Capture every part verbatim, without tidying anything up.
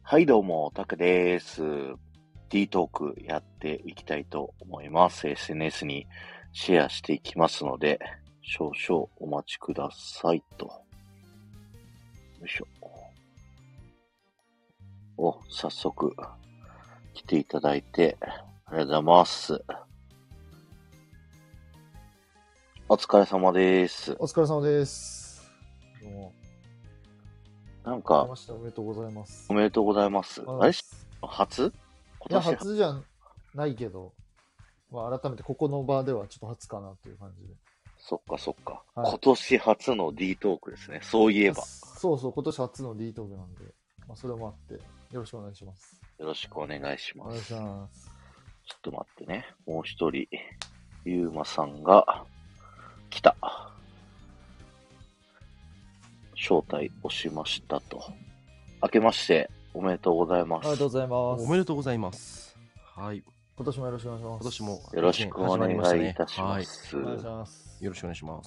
はいどうも、タクです。D トークやっていきたいと思います。エスエヌエス にシェアしていきますので、少々お待ちくださいと。よいしょ。お、早速来ていただいてありがとうございます。お疲れ様です。 お疲れ様です。どうも。 なんか、 おめでとうございます。 おめでとうございます。あれ初いや、初じゃないけど、まあ、改めてここの場ではちょっと初かなという感じで。 そっかそっか。 はい、 今年初の D トークですね。そういえば。 そうそう、今年初の D トークなんで、まあ、それもあって、よろしくお願いします。 よろしくお願いします。 お願いします。 ちょっと待ってね。もう一人、ゆうまさんが来た。招待押しましたと。明けましておめでとうございます。 ありがとうございます。 おめでとうございます。はい。 今年もよろしくお願いします。 今年もよろしくお願いいたします。 はい、お願いします。 よろしくお願いします。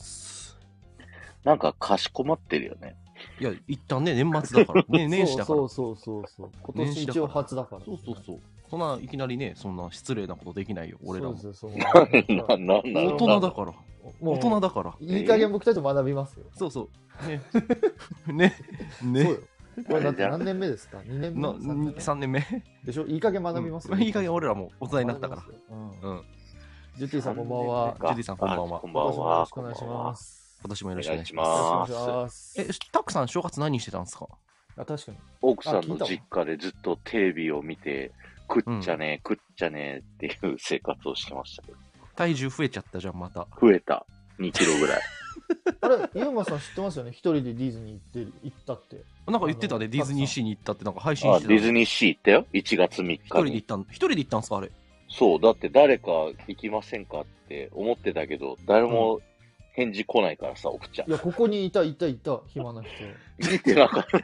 なんかかしこまってるよね。 いや、一旦ね、年末だから。ね、年始だから。 そうそうそうそう。今年一応初だから、ね。 そうそうそう。そんないきなりね、そんな失礼なことできないよ、俺らも。 そうそうそう。 な、な、な、 大人だから。大人だから。 いい加減僕たちも学びますよ。 そうそう。ね。ね。ね。 そうよ。これだって何年目ですか ?に 年目 ?さん 年目でしょ。いい加減学びますよ。 いい加減俺らも大人になったから。 うん。ジュティさんこんばんは。 ジュティさんこんばんは。 こんばんは。 よろしくお願いします。 今年もよろしくお願いします。 よろしくお願いします。 え、タクさん正月何してたんですか？ あ、確かに。 奥さんの実家でずっとテレビを見て、食っちゃねえ、食っちゃねえっていう生活をしてましたけど。 体重増えちゃったじゃん、また。 増えた。にキロぐらい。 あれ、ゆうまさん知ってますよね。一人でディズニー行って、行ったって。 なんか言ってたね、ディズニーシーに行ったってなんか配信してた。 あ、ディズニーシー行ったよ。いちがつみっかに。 一人で行ったん、一人で行ったんすか、あれ。 そう、だって誰か行きませんかって思ってたけど、誰も返事来ないからさ、奥ちゃん。 いや、ここにいた、いた、いた、暇な人。 見てなかった。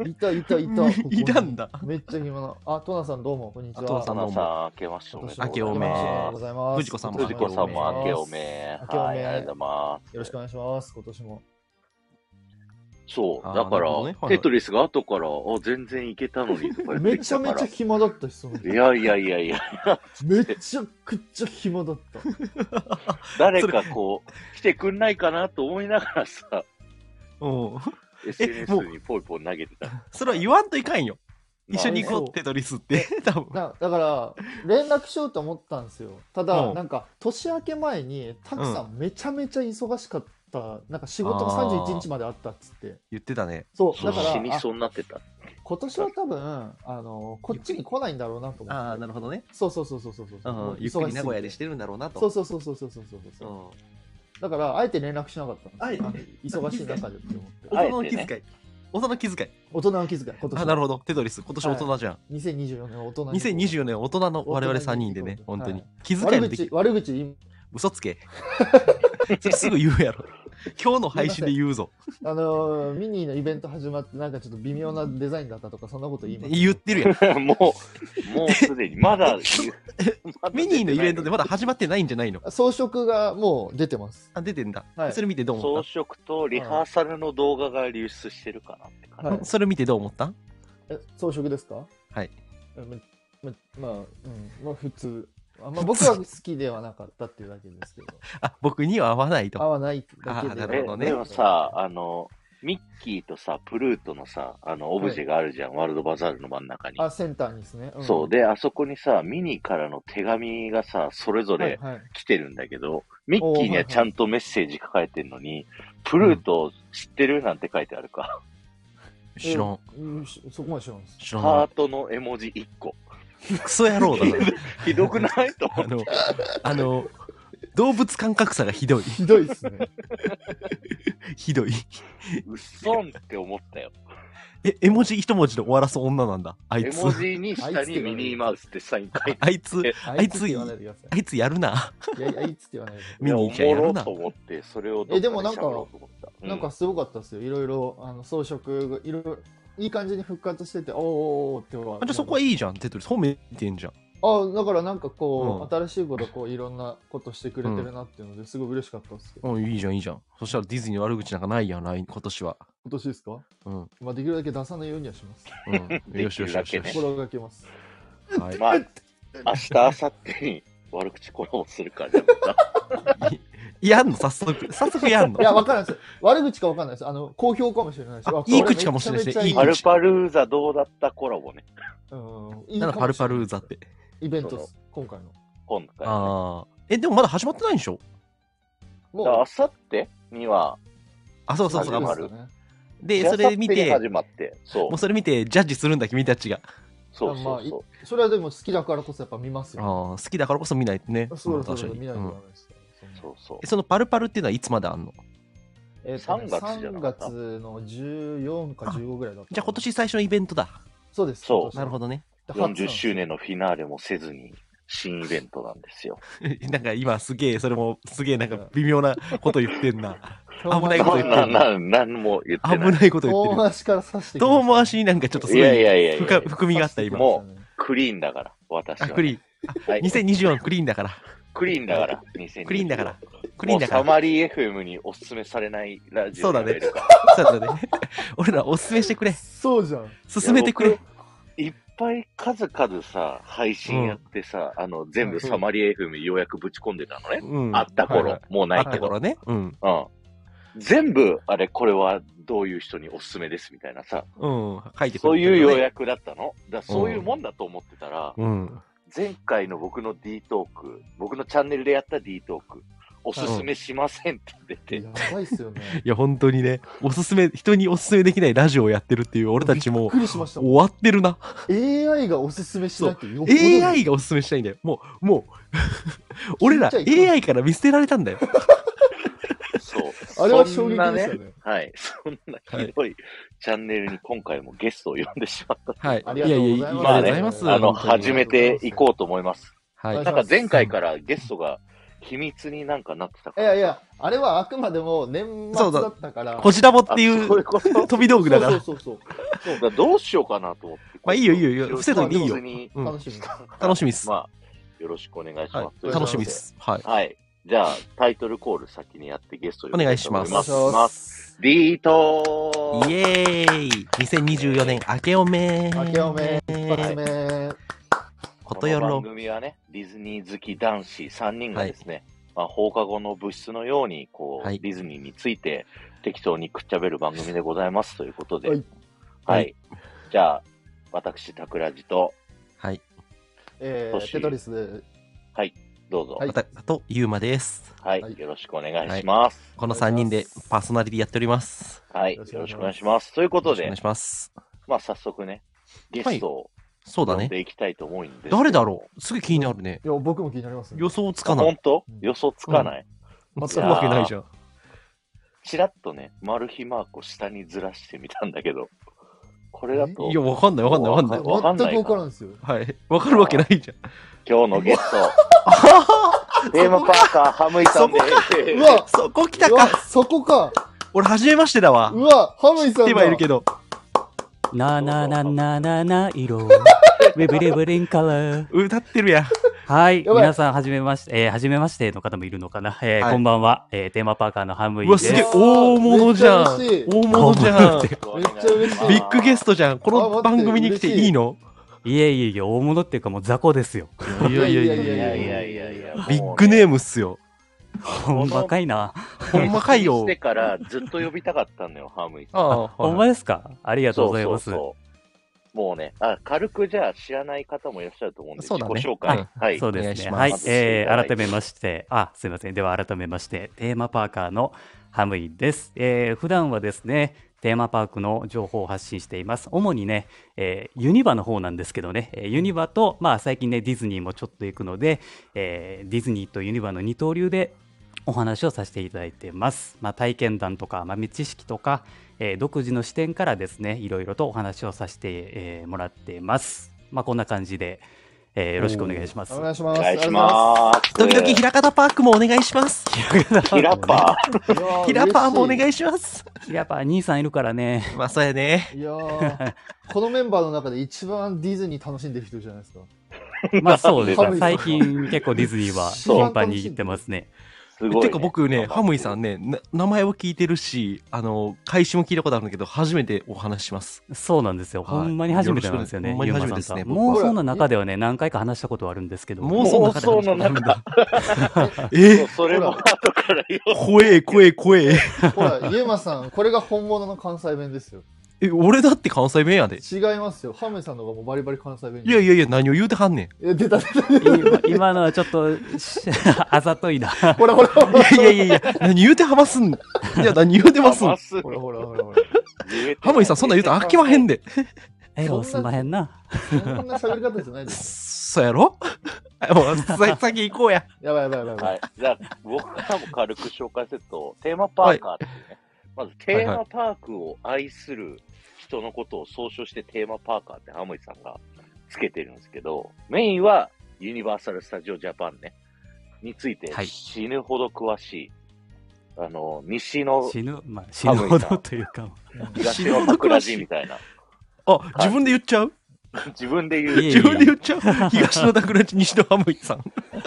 いた、いた、いた。 いたんだ。 めっちゃ暇な。あ、トナさんどうも、こんにちは。 トナさんどうも。 明けましておめでとう明けおめ。 藤子さんも藤子さんも明けおめ。 明けおめ。 はい、ありがとうございます。 よろしくお願いします、今年も。 そう、だから、ね、テトリスが後から、あ、全然いけたのにとか言ってめちゃめちゃ暇だったし、そのいやいやいやいや。 めちゃくちゃ暇だった。 誰かこう、来てくんないかなと思いながらさ、エスエヌエス にポイポイ投げてた。 それは言わんといかんよ。一緒に行こう、テトリスって。 多分だだから、連絡しようと思ったんですよ。ただ、なんか、年明け前に、たくさんめちゃめちゃ忙しかった。なんか仕事がさんじゅういちにちまであったっつって言ってたね。 そうだから死にそうになってた。 今年は多分あのこっちに来ないんだろうなと思って。 ああ、なるほどね。 そうそうそうそうそうそう。 ゆっくり名古屋でしてるんだろうなと。 そうそうそうそうそうそうそう。だからあえて連絡しなかったんですよ。忙しい中でって思って。 大人の気遣い。大人の気遣い。 大人の気遣い。 今年。あ、なるほど。テトリス今年大人じゃん。 にせんにじゅうよねん大人。 にせんにじゅうよねん大人の我々さんにんでね、本当に気遣い悪口悪口嘘つけ。すぐ言うやろ。今日の配信で言うぞ。 あのー、ミニーのイベント始まってなんかちょっと微妙なデザインだったとかそんなこと言います。 言ってるやん。 もう、もうすでに、まだ、 ミニーのイベントでまだ始まってないんじゃないの？ 装飾がもう出てます。 あ、出てんだ。 はい、 それ見てどう思った？ 装飾とリハーサルの動画が流出してるかなって感じ。 はい、それ見てどう思った？ え、装飾ですか？ はい。 ま、まあ、うん、まあ普通。あまあ、僕は好きではなかったっていうだけですけど。 あ、僕には合わないと。 合わないだけで。 なるほどね。 でもさ、あの、ミッキーとさ、プルートのさ、あの、オブジェがあるじゃん、はい、ワールドバザールの真ん中に。 あ、センターにですね。 うん、そう。で、あそこにさ、ミニからの手紙がさ、それぞれ来てるんだけど、はいはい、ミッキーにはちゃんとメッセージ書かれてるのに、はいはい、プルート知ってるなんて書いてあるか。 知らん。 そこまで知らんす。 知らん。ハートの絵文字いっこ。 クソ野郎だな。 ひどくないと思って。 あの、あの、動物感覚差がひどい。 ひどいっすね。 ひどい。 うっそんって思ったよ。 え、絵文字一文字で終わらす女なんだ。あいつ。 絵文字に下にミニーマウスってサイン書いてあいつ、あいつ、あいつやるな。 いや、あいつって言わないで。 ミニーちゃんやるな。 と思って、それをえ、でもなんか、なんかすごかったっすよ。いろいろ、あの、装飾いろいろ、いい感じに復活してて、おーおーって。 あ、じゃあそこはいいじゃん、テトリス。褒めてんじゃん。 あ、だからなんかこう、 う新しいことこういろんなことしてくれてるなっていうのですごい嬉しかったですけど、 うん、いいじゃん、いいじゃん。そしたらディズニーの悪口なんかないやん、来今年は。 今年ですか？ うん。 まあできるだけ出さないようにはします。 うん。よしよしよしよし。 心がけます。 はい。 まあ、明日、明後日に悪口コラボするから、じゃあまた。 いやんの早速。早速やんのいや、わからないです。悪口かわかんないです。あの、好評かもしれないし。 あわいい口かもしれないしめちゃめちゃいい口パルパルーザどうだったコラボね。 うん。いいなんだパルパかもしれないルーザって。 イベントです。今回の。 今回、ね。 ああ。え、でもまだ始まってないんでしょ？ もだから明後日には、 あ、そうそうそう。 始まるですよね。 で、それ見明後日にて、 始まって、そうもう。それ見てジャッジするんだ、君たちが。 そうまあいそうそそれはでも好きだからこそやっぱ見ますあよ。 あ、好きだからこそ見ないとね。 そうそうそう、 確かに見ないとうんダメですよ。 う。そうそうえ。そのパルパルっていうのはいつまであんの？ えっとね、 さんがつじゃなかったさんがつのじゅうよっか、じゅうごぐらいだった。 じゃあ今年最初のイベントだ。 そうです。 そう今年なるほどね。 よんじゅっしゅうねんのフィナーレもせずに、新イベントなんですよ。 なんか今すげえ、それもすげえなんか微妙なこと言ってんな。危ない遠こと言ってんな、な、なんも言って危ない。 ないこと言ってる。 遠回しから刺してきました遠回しになんかちょっとすいごいやいやいやいや深含みがあった今。 もクリーンだから、私はあ、 ね。 クリーン。 はいにせんにじゅうよんクリーンだから。 クリーンだから、にせんにじゅうよんクリーンだから。クリーンだかもうサら。 マリー エフエム におすすめされないラジオそうだねやめるから。 そうだね。俺らおすすめしてくれ。 そうじゃん。 進めてくれ。 いっぱい数々さ、配信やってさ、あの、全部サマリー エフエム にようやくぶち込んでたのね。 うん。 あった頃、 はいはいもうないけど。 あった頃ね。うん。 うん。全部、あれ、これはどういう人におすすめですみたいなさ、 うん。書いてくれてるそういう要ね。 約だったの。だからそういうもんだと思ってたら、 うん。 前回の僕の D トーク、僕のチャンネルでやった D トーク、おすすめしませんって出て、 やばいっすよね。 いや、本当にね、おすすめ、人におすすめできないラジオをやってるっていう俺たちもびっくりしましたもん。 終わってるな。 エーアイ がおすすめしないってよっぽどエーアイ がおすすめしたいんだよ。もう、もう、俺ら エ聞いちゃいかんーアイ から見捨てられたんだよ。 そう。 あれは衝撃そんなでしたね。 はい。そんなひどいチャンネルに今回もゲストを呼んでしまった。 はい。 ありがとうございますややまあねありがとうございます。 あの、 本当に始めていこうと思います。 はい。 はいなんか前回からゲストが秘密になんかなってたから。 いやいや、あれはあくまでも年末だったから。 こちらもっあ、 ていそういううこと飛び道具だから。 そうそうそうそう。 だからどうしようかなと思って。 まあいいよいいよいいよ伏せといていいよ別にうん楽しみに。 楽しみっす。 まあ、よろしくお願いしはます。 い。楽しみっす。はい。 はい。じゃあ、タイトルコール先にやってゲストを呼びたと思お願いしますお願いします。 D トーイエーイ !にせんにじゅうよねん明けおめ明けおめ、一発目。 ことよろこの番組はね、ディズニー好き男子さんにんがですね、まあ、放課後の物質のように、こう、 はいディズニーについて適当にくっちゃべる番組でございますということで、 ははいい。 はいじゃあ、私、タクラジと、 はい。 えー、 トシテトリスで。 どうぞ、 ははいい、 また、と、ゆうまです。 はいよろしくお願いします。 このさんにんでパーソナリティやっております。 はい、 よろしくよろしくおお願いします願いします。ということでよろしくお願い、します。 まあ、早速ね、ゲストをそうだね。 呼んでいきたいと思うんですけど、 誰だろうすげえ気になるね。 いや、僕も気になりますね。 予想つかない。 本当うん予想つかない、 うんつくわけないじゃん。 ちらっとね、マル秘マークを下にずらしてみたんだけど、これだといや、、わかんないわかんないわかんない。 わかんない全く分からんですよ。 はい。わかるわけないじゃん。 今日のゲスト、テーマパーカー、ハムイさんでうわ、 そこ来たうわか。 そこか。 俺、初めましてだわう。わ、ハムイさんってだ。 はいるけど。 なななななな色。ウェブレブリンカラー。 歌ってるやん。 はい。 やばい皆さん、はじめまして、えー、はじめましての方もいるのかな。えーはいこんばんは。えー、テーマパーカーのハムイうわ、 です。 すげえ。大物じゃん。 めっちゃ嬉しい大物じゃん。 めっちゃ嬉しいビッグゲストじゃん。このあ待って番組に来ていいのいえいえいえ、大物っていうかもう雑魚ですよ。 いやいやいやいいややいやいやいや、 ビッグネームっすよ。 ほんまかいな。 ほんまかいよして。からずっと呼びたかったんだよ、ハムイさん。 ああ、 ほんまですか？ありがとうございます。 そうそうそうもうねあ、軽くじゃあ知らない方もいらっしゃると思うんで、 そうだね自己紹介。 はいはい。 そうですね。 お願いしますはい。えー、改めまして、あ、すいません。では改めまして、テーマパーカーのハムイです。えー、普段はですね、テーマパークの情報を発信しています。主にね、えーユニバの方なんですけどね、えーユニバと、まあ最近ね、ディズニーもちょっと行くので、えーディズニーとユニバの二刀流でお話をさせていただいてます。まあ、体験談とか豆知識とか、えー独自の視点からですね、いろいろとお話をさせて、えーもらっています。まあ、こんな感じで、えーよろしくお願いします。 お願いします。 お願いします。 時々、ひらかたパークもお願いします。 ヒラパー。 す。 ひらパーもお願いいします。 やっぱ兄さんいるからね。 まあ、そうやね。 いやーこのメンバーの中で一番ディズニー楽しんでる人じゃないですか。 まあそうですね。 ハムイさん最近結構ディズニーはそう頻繁に行ってますね。 すごい、ね。 てか僕ね、ハムイさんね、な名前を聞いてるし、あの、開始も聞いたことあるんだけど、初めてお話しします。 そうなんですよ。 はいほんまに初めてなんですよね。 よろしくねほんまにゆうまさんとは。 初めてですね僕は妄想の中ではね、何回か話したことはあるんですけど。 妄想の中で話妄想の中えそうそれも後から言おう。 怖え、怖え、怖え。 ほら、ゆうまさん、これが本物の関西弁ですよ。 え、俺だって関西弁やで。 違いますよ。ハムイさんの方がもうバリバリ関西弁。 いやいやいや、何を言うてはんねん。 え、出た出た出た。 今今のはちょっと、しあざといな。 ほらほらほら。 いやいやいや、何言うてはますん。いや、何言うてますん。 ますほらほらほらほら。 ハムイさん、そんなん言うと飽きまへんで。 えろすんまへんな。 こんな喋り方じゃないですそうやろもう、さ先行こうや。 よ。やばいやばいやばいやば。 はいい。じゃあ、僕からも軽く紹介すると、テーマパーカーっていうね。まず、テーマパークを愛する人のことを総称してテーマパーカーってハムイさんがつけてるんですけど、メインはユニバーサル・スタジオ・ジャパンね、についてはい死ぬほど詳しい、あの、西の死ぬ、まあ死ぬほどというか。 東の桜地みたいな、 あ、自分で言っちゃう自分で言う。 いえいえ自分で言っちゃう東の桜地、西のハムイさん。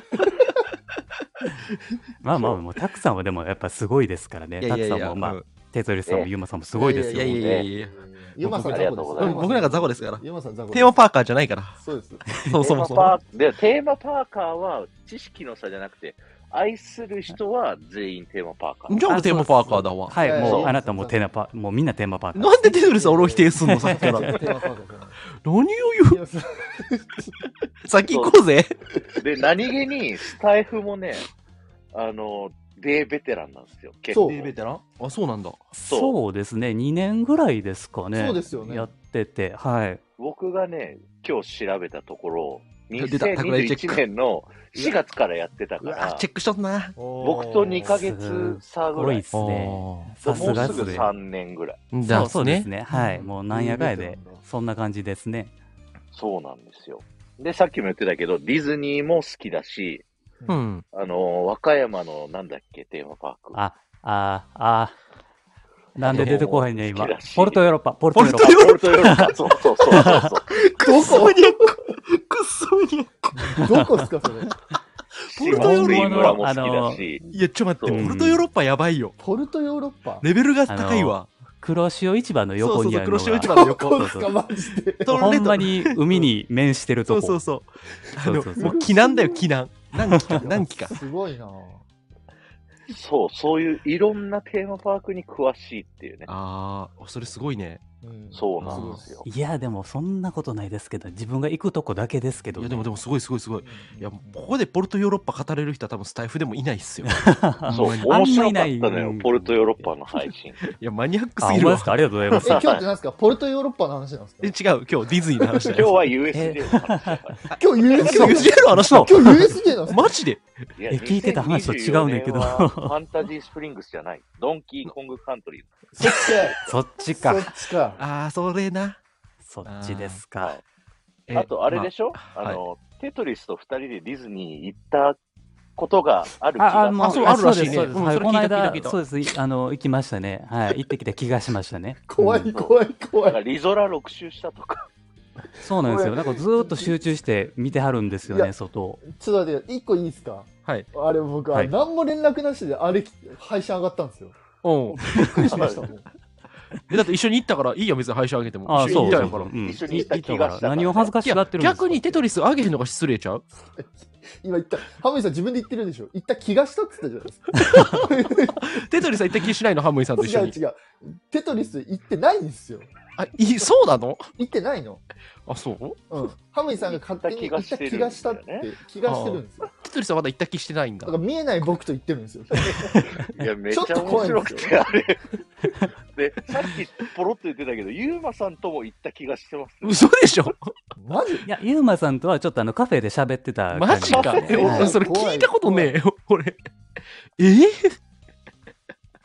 まあまあ、もうたくさんはでもやっぱすごいですからね。たくさんも、まあ、テトリスさんもユーマさんもすごいですよ。 いやいやいやいや。 ゆうまさんありがとうございます僕なんか雑魚ですから。 ゆうまさんザコ。 テーマパーカーじゃないから。 そうです。 そうそもそも。 テーマパーで、テーマパーカーは知識の差じゃなくて、愛する人は全員テーマパーカー。 じゃあ俺テーマパーカーだわ。 はい、もそううあなたもテーマパ、もうみんなテーマパーカー。 なんでテトリスは俺を否定すんのさっきから。何をテーマパーカーじゃない言ういやそう先行こうぜ。 で、何気にスタイフもね、あの、デーベテランなんですよ。結そう構。 ベテランあ、そうなんだ。 そうですね、にねんぐらいですかね。 そうですよねやってて、はい。 僕がね、今日調べたところ、 出た桜井チェックにせんにじゅういちねんのしがつからやってたかうわら、 チェックしとんな。 僕とにかげつ差ぐらい。 すごいっすね。 もさすうすぐがっすね。 さんねんぐらい。 そうそうですね。 ね。はい。もうなんやかやでうん、 そんな感じですね。 そうなんですよ。で、さっきも言ってたけど、ディズニーも好きだし、 うん。 あの、和歌山のなんだっけ、テーマパーク。 あ、あ、あ、なんで出てこへんねん、今好きだ。しポルトヨーロッパ、ポルトヨーロッあパ。 ポルトヨーロッパ。そうそうそうそうそう。 くっそマニアック。くっそマニアック。 どこっすかそれ。 ポルトヨーロッパシー村も好きだし、 いや、ちょっと待って、 そうポルトヨーロッパやばいよ。 ポルトヨーロッパ。 レベルが高いわ。 黒潮市場の横にあるのそうそうそう黒潮市場が、 の横どこっすかマジで。 トほんまに海に面してるとこ。 そうそうそう。あの、 そうそうそうもう避難だよ、避難。何期か、何期か。 すごいな。 そう、そういういろんなテーマパークに詳しいっていうね。 ああ、それすごいね。 うんそうなんですよ。 いや、でもそんなことないですけど、自分が行くとこだけですけど、 いや、 ね。 でもでもすごいすごいすごい。いや、ここでポルトヨーロッパ語れる人は多分スタイフでもいないっすよ。 そう、 ほんまに面白かったのあんまいないよ、ポルトヨーロッパの配信。 いや、マニアックあ、 すぎるわほんまです。か？ありがとうございます。 え、今日って何ですかポルトヨーロッパの話なんですかえ、違う、今日ディズニーの話だよ。 今日は ユーエスジェー の話だから。 今日 ユーエスジェー今日 ユーエスジェー の話だ。 今日 ユーエスジェー なんですかマジでいやえ聞いてた話と違うねんけどにせんにじゅうよねんはファンタジースプリングスじゃない。ドンキーコングカントリー。 そっちそっちか。 か。 そっちか。 ああ、それな。 そっちですはか。 い。あと、あれでしょ、 まああの、テトリスと二人でディズニー行ったことがある気あ、 があ、もう、 そうあるらしいねそうですそうですはい、 うんそれこの間聞いた聞いた聞い、たそうです。あの、行きましたね。はい。行ってきた気がしましたね。 怖うんい怖い怖い。 なんかリゾラろく周したとか。 そうなんですよ。なんかずーっと集中して見てはるんですよね、 いや外を。 ちょっと待って、一個いいですかはい。 あれ僕、 はい何も連絡なしであれ配信上がったんですよ。 うん。 びっくりしましたもん。 えだって一緒に行ったからいいよ、別に配信あげても。 あ、 一緒そうに行ったんやから。 そうそう。うん一緒に行った気がしたからね何を恥ずかしがってるんですか。 逆にテトリスあげへんのが失礼ちゃう今言った、ハムイさん自分で言ってるでしょ言った気がしたって言ったじゃないですか。 テトリスは行った気しないの、ハムイさんと一緒に。 違う違う。テトリス行ってないんですよ。 あ、いそうなの行ってないの。 あ、そううん。ハムイさんが勝手に行った気がしたって気がしてるんですよ。 テトリスはまだ行った気してないんだだか。ら見えない僕と言ってるんですよ。 いや、めっちゃ面白くて、あれ。で、さっきポロッと言ってたけど、ユーマさんとも行った気がしてます、ね。 嘘でしょマジいや、ユーマさんとはちょっとあのカフェで喋ってたマジか。え、 感じですねはい俺それ聞いたことねえよ、俺。えー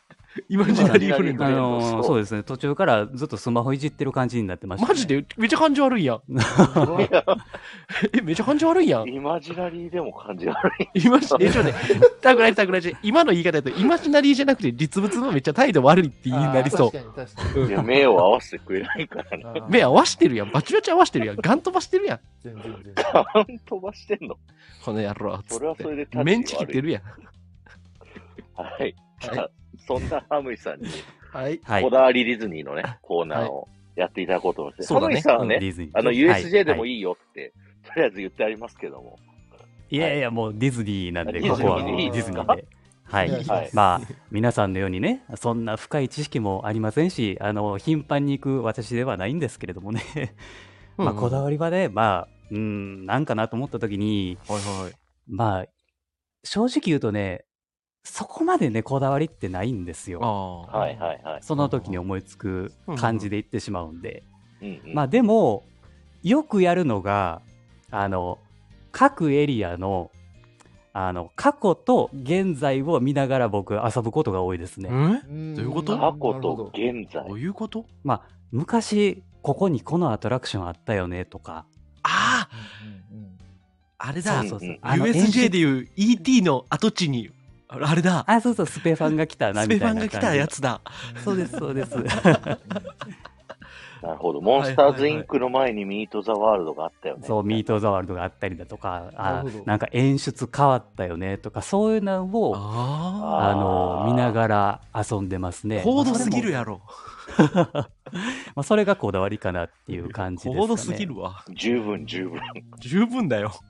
イマジナリーフレンドあイマジナリーフレンドのーそうですね、途中からずっとスマホいじってる感じになってました、ね。 マジでめっちゃ感じ悪いやん。え、めっちゃ感じ悪いやん。 イマジナリーでも感じ悪い。 イマジ、え、ちょっとね、たくらいたくらい今の言い方だと、イマジナリーじゃなくて、実物のめっちゃ態度悪いって言いなりそう。 確かに確かに。 いや、目を合わせてくれないからね。 あー目合わしてるやん。バチバチ合わしてるやん。ガン飛ばしてるやん。 全然全然。 ガン飛ばしてんの。 この野郎。つってそれはそれで立ち悪いメンチ切ってるやん。 はい。じゃあ、そんなハムイさんに、 はい。 はいこだわりディズニーのね、コーナーをやっていただこうと思います。 そうだねハムイさんはね、 ディズニーあの、ユーエスジェー でもい。 いいよって、とりあえず言ってありますけども。 いやいや、もうディズニーなんで、 ディズニーここはもうデいいですかィズニーで。はい。 はいまあ、皆さんのようにね、そんな深い知識もありませんし、あの、頻繁に行く私ではないんですけれどもね。まあ、こだわり。 りはね、まあ、うん、なんかなと思った時に、 はいはい。 まあ、正直言うとね、そこまでね、こだわりってないんですよ。 ああ。 はいはいはい。 その時に思いつく感じで言ってしまうんで。 うんうん、 まあでも、よくやるのが、あの、各エリアの、あの、過去と現在を見ながら僕遊ぶことが多いですね。 んどどういうこと過去と現在。 どういうことまあ、昔、ここにこのアトラクションあったよねとか、 あああれだ。 そうそうそううんあのユーエスジェー演出でいう イーティー の跡地に、ああれだ。 あ、そうそう、スペファンが来たな、 スみたいな感じ。 ペファンが来たやつだ。 そうです、そうです。 なるほど。モンスターズインクの前にミートザワールドがあったよね。 そう、ミートザワールドがあったりだとか、あなるほどなんか演出変わったよねとか、そういうのを、 ああの、見ながら遊んでますあ。 ね。 高度すぎるやろ。 まあ、それがこだわりかなっていう感じですかね。 高度すぎるわ。 十分十分。 十分だよ。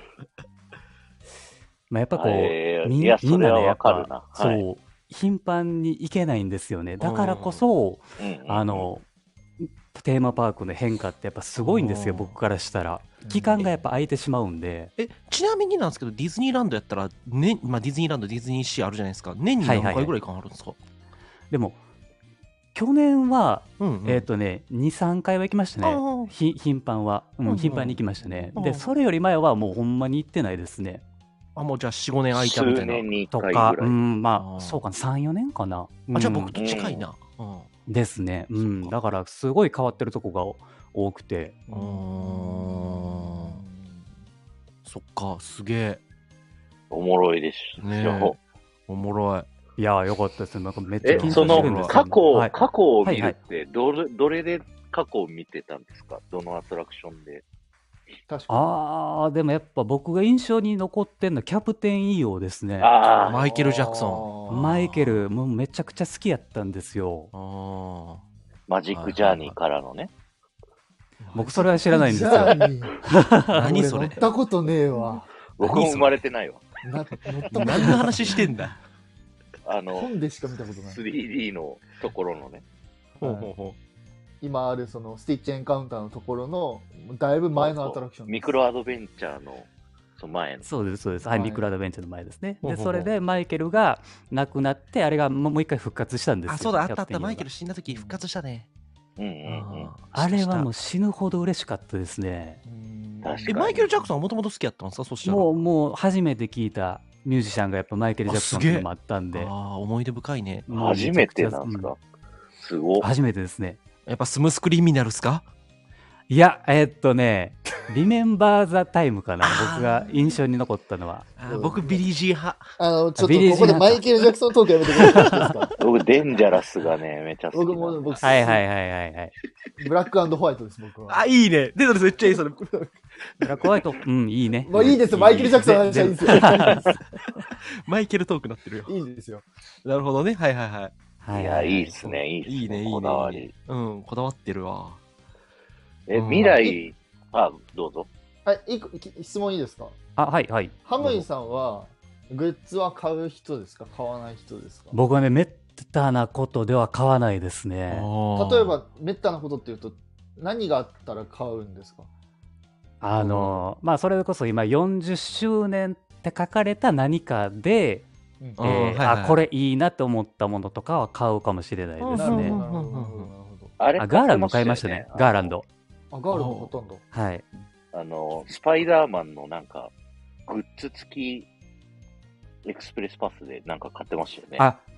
まあ、やっぱこう、みんえーいや、 みんなね、 それはやっぱ、 わかるな。 そう、 はい頻繁に行けないんですよね。だからこそ、 うんうんあの、テーマパークの変化ってやっぱすごいんですよ、 うん僕からしたら。期間がやっぱ空いてしまうんで。 え、ちなみになんですけど、ディズニーランドやったら、ね、まあ、ディズニーランド、ディズニーシーあるじゃないですか。年に何回ぐらい間あるんですか、 でも、去年は、 うんうんえっ、とね、に、さんかいは行きましたあね。 あひ頻繁は、ううんうんん、頻繁に行きましたね。 うんで、それより前はもうほんまに行ってないですね。 あ、もうじゃあよん、ごねん空いたみたいな。 数年に一とか、 回ぐらい。 うん、まあーあ、そうかな、さん、よねんかな。 あ、じゃあうん僕と近いな。うん。 ですね。うそっん。 かだから、すごい変わってるとこが多くて。 うーんそっか、すげえ。 おもろいですねよ。 おもろい。 いやー、よかったですね。なんかめっちゃえ緊、 その張してるんですけど過去を、 はい過去を見るはいって、どれ、どれで過去を見てたんですか？どのアトラクションで。 確かに。 あー、でもやっぱ僕が印象に残ってんのはキャプテンイーオーですね。 ああ、 マイケル・ジャクソン。 マイケル、もうめちゃくちゃ好きやったんですよ。 あマジックジャーニーからのね。 僕それは知らないんですよ。 ジャーニー何それ俺乗ったことねえわ。 僕も生まれてないわ。 な乗ったことあ。何の話してんだ。 あの、 本でしか見たことない。 スリーディー のところのね。 ほうほうほ今あるそのスティッチエンカウンターのところのだいぶ前のアトラクションです。 ミクロアドベンチャーの、その前の。 そうです、そうです。はい、 はいミクラドベンチャーの前ですね。で、 ほうほうほそうれでマイケルが亡くなって、あれがもうもう一回復活したんですよ。 あ、そうだ、あったあった。 キャプテンイーオーがマイケル死んだ時復活したね。 うんうんうん。 あれはもうし死ぬほど嬉しかったですね。 うんえ、 確かにマイケル・ジャクソンはもともと好きやったんですかそしたら。 もう、もう初めて聞いたミュージシャンがやっぱマイケル・ジャクソンっていうのもあったんで。 ああ、思い出深いね。 もう初めてめちゃくちゃなんですか？すごっ。 初めてですね。 やっぱスムースクリミナルっすかいや、えーっとね、リメンバー・ザ・タイムかな、 あー僕が印象に残ったのは。 あー僕、ビリー・ジー派。 あの、ちょっとビリーここでマイケル・ジャクソントークやめてくれていいですか？ 僕、デンジャラスがね、めちゃ好き僕も、 なんだ。 僕、 はいはいはいはいはい。 ブラックホワイトです、僕は。 あ、いいね。で、それめっちゃいい、それ。 ブラックホワイト、うん、いいね。 まあいいですよマイケルジャクソンの話はいいですよ全マイケルトークなってるよ。 いいんですよ。 なるほどね。はいはいはい。 はいや、いいっすね、いいっすね。 いいね、いいね。 こだわりいいね。うん、こだわってるわ。 え、 うん未来、あ、どうぞ。 はい、いくき質問いいですか？ あ、はいはい。 ハムイさんは、グッズは買う人ですか？買わない人ですか？ 僕はね、めったなことでは買わないですね。 例えば、めったなことっていうと、何があったら買うんですか？ あの、まあ、それこそ今よんじゅっしゅうねんって書かれた何かで、 うんえーあーはいはいあ、これいいなと思ったものとかは買うかもしれないですねなるほど、なる。 うんほど、なるほど、なるほど。 あれあ、ガーランド買いましたね。ガーラン。ド。 あ、ガールもほとんど。 はい。 あの、スパイダーマンのなんか、グッズ付きエクスプレスパスでなんか買ってましたよね。 あ、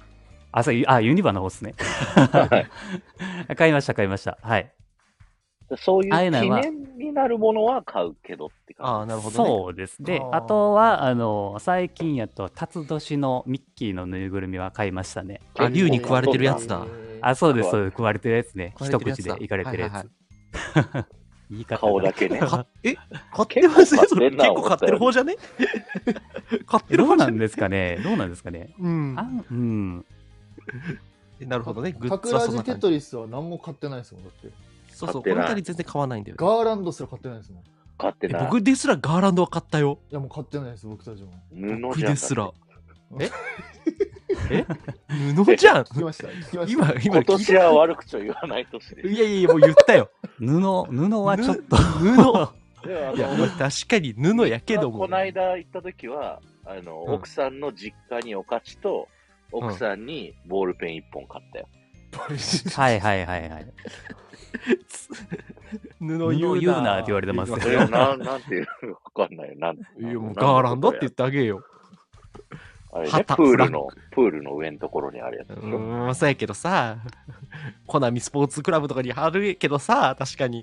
あ、そう、あ、ユニバの方ですね。 はい買いました、買いました。はい。 そういうああいうのは記念になるものは買うけどってああ、 感なるほどね。 そうです。で、 あーあとは、あの、最近やと、辰年のミッキーのぬいぐるみは買いましたね。 あ、竜に食われてるやつだ。 えーあ、そうです、 食わそうです。食われてるやつね。 食われ一口てるやつだでいかれてるやつ。 はいはい言い方が顔だけね。 かえ買ってますね結構それ。 買ってんな結構買ってる方じゃね買ってるどう方じゃねなんですかねどうなんですかねうんあ。んうん。 えなるほどね。グッタクラズはそんな感じ。 ジテトリスは何も買ってないですもん、だって。 そうそう。 買ってないこの二人全然買わないんだよね。 ガーランドすら買ってないですもん。いえ買ってない。 僕ですらガーランドは買ったよ。 や、もう買ってないです、僕たちも。 僕布じゃん。 ですら。 ええ布じゃん。 聞きました、聞きました。 今、今今年は悪口を言わない年で。 いやいやいや、もう言ったよ。 布、布はちょっと。 布。 でもあいや、 の確かに布やけども。 この間行った時は、あの、 うん奥さんの実家にお菓子と、奥さんにボールペン一本買ったよ。 はいはいはいはい。 布布言うな言うなって言われてますよそれをなん、なんていうのわかんないよ。なんいや、もうガーランドって言ってあげよあれね、 旗プールの、プールの上のところにあるやつう。 でしょ。 うーん、そうやけどさ、コナミスポーツクラブとかに貼るけどさ、確かに。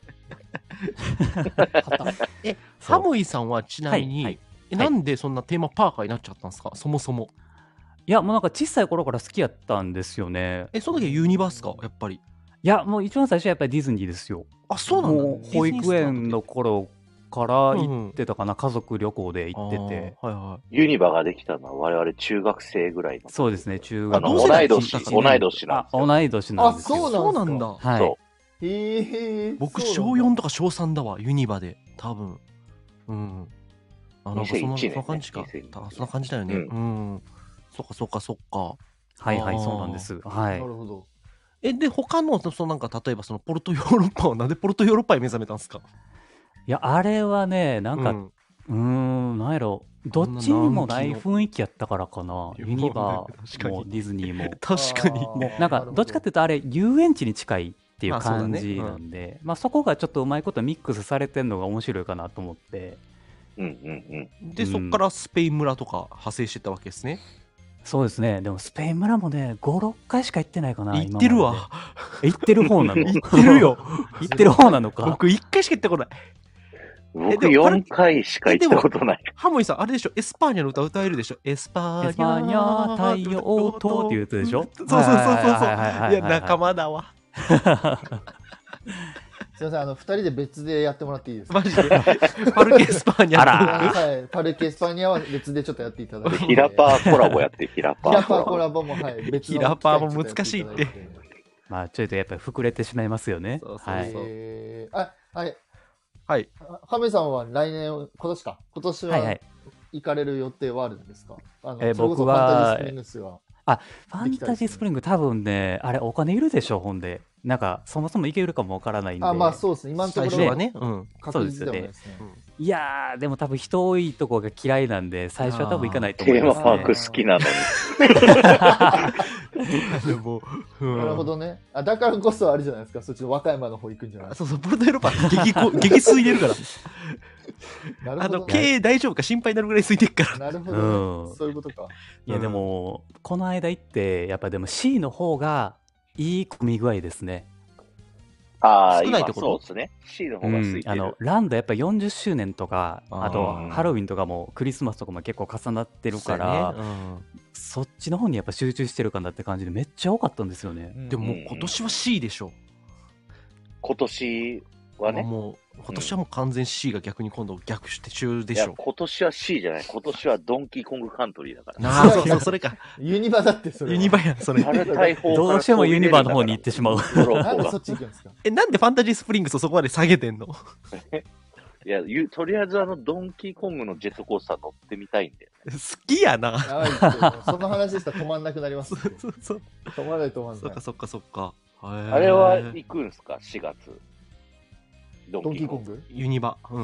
え、 そうハモイさんはちなみに、 はいはいえなんでそんなテーマパーカーになっちゃったんですか、そもそも。 いや、もうなんか小さい頃から好きやったんですよね。 え、その時はユニバースか、やっぱり。 いや、もう一番最初はやっぱりディズニーですよ。 あ、そうなんだ。 もう保育園の頃から行ってたかな、家族旅行で行ってて。 あーはいはユニバができたのは我々中学生ぐらいの。 そうですね、中あの、 学同世代同い年、 一同い年なんあですよ。 同い年なんですよ。 あい。そうなんだ。 はい。 そへえ。 僕、 そう小なんだよんとか小さんだわ、ユニバで。多分。うん。あ、なんかそんなにせんいちねんねそんな感じかにせんいち。 あそんな感じだよね。 ううん。そっかそっかそっか。 はいはい、 あーそうなんです。はいな。るほど。 え、で、他の、そのなんか、例えばそのポルトヨーロッパはなんでポルトヨーロッパへ目覚めたんですか。 いや、あれはね、なんか、 ううんーん、なんやろ、どっちにもない雰囲気やったからかな。 いやユニバ確かにもディズニーも。 確かに。 あーもうなんか、どっちかっていうとあれ、遊園地に近いっていうまあそうだね感じなんで、まあそこがちょっとうまいことミックスされてんのが面白いかなと思って。 う。うんうんうん。 で、 うんそっからスペイン村とか派生してったわけですね。 そうですね。でもスペイン村もね、ご、ろっかいしか行ってないかな。 行ってるわ。 今までで。行ってる方なの行ってるよ。 行ってる方なのか。 僕一回しか行ったことない。 僕でもパルよんかいしか行ったことない。 ハモイさん、あれでしょ、エスパーニャの歌歌えるでしょ。エスパーニャエスパーニャ太陽とっていうやつでしょ。 そうそうそうそうそう。 はいはいはいはいはいいや、仲間だわ。 すいません、あの、二人で別でやってもらっていいですか。 マジで。パルケ・エスパーニャ。 あらあのはい、パルケ・エスパニアは別でちょっとやっていただいて。 ヒラパーコラボやって、ヒラパヒラーコラボ。 パーコラボも、はい、別のヒラパーも難しいって機会にちょっとやっていただいて。 まあちょいとやっぱり膨れてしまいますよね。 そうそうはい。 えー、あ、はい。 はい。 ハメさんは来年、今年か。今年はいは。 はい行かれる予定はあるんですか。あのえーそれこそ僕はファンタジースプリングスが。 ファンタジースプリング多分ね、あれお金いるでしょ、ほんで。なんか、そもそもいけるかもわからないんで。 あ、まあそうですね。今のところ最初はね。うん。 確実ではないですね。 いやー、でも多分人多いとこが嫌いなんで、最初は多分行かないと思います、ね。 テーマパーク好きなのに。 でも、うんなるほどね。あ、だからこそあれじゃないですか。そっちの和歌山の方行くんじゃないですそうそう、ポルトヨーロッパ激こ激吸いでるから。 か。なるあの、 ほどね。 経営大丈夫か心配になるぐらい吸いてるから。 なるほうどんね。そういうことか。 いや、でも、この間行って、やっぱでも C の方がいい混み具合ですね。 ああ、今少ないところそうですね。C の方が空いてるあの。ランドやっぱよんじゅっしゅうねんとか、 あーあとハロウィンとかもクリスマスとかも結構重なってるから、 そうやねそっちの方にやっぱ集中してるかなって感じでめっちゃ多かったんですよね。 うんでももう今年は C でしょ。 今年はね。 もう、今年はもう完全 C が逆に今度逆して中でいや、 しょ。 今年は C じゃない。今年はドンキーコングカントリーだから。 なあ、そうそう、それか。 ユニバだってそれは。 ユニバやん、それ。 マル大砲どうしてもユニバの方に行ってしまう。 ヨーロッパがなんでそっち行くんですか。 え、なんでファンタジースプリングスをそこまで下げてんの。 いや、ゆとりあえずあの、ドンキーコングのジェットコースター乗ってみたいんで。 好きやな。 やばいですよその話でしたら止まんなくなりますそ。うそうそう。 止まらない止まらないそっか。そっかそっか。 あれは行くんすか ?し 月。ドドンキーコングユニバ。うん。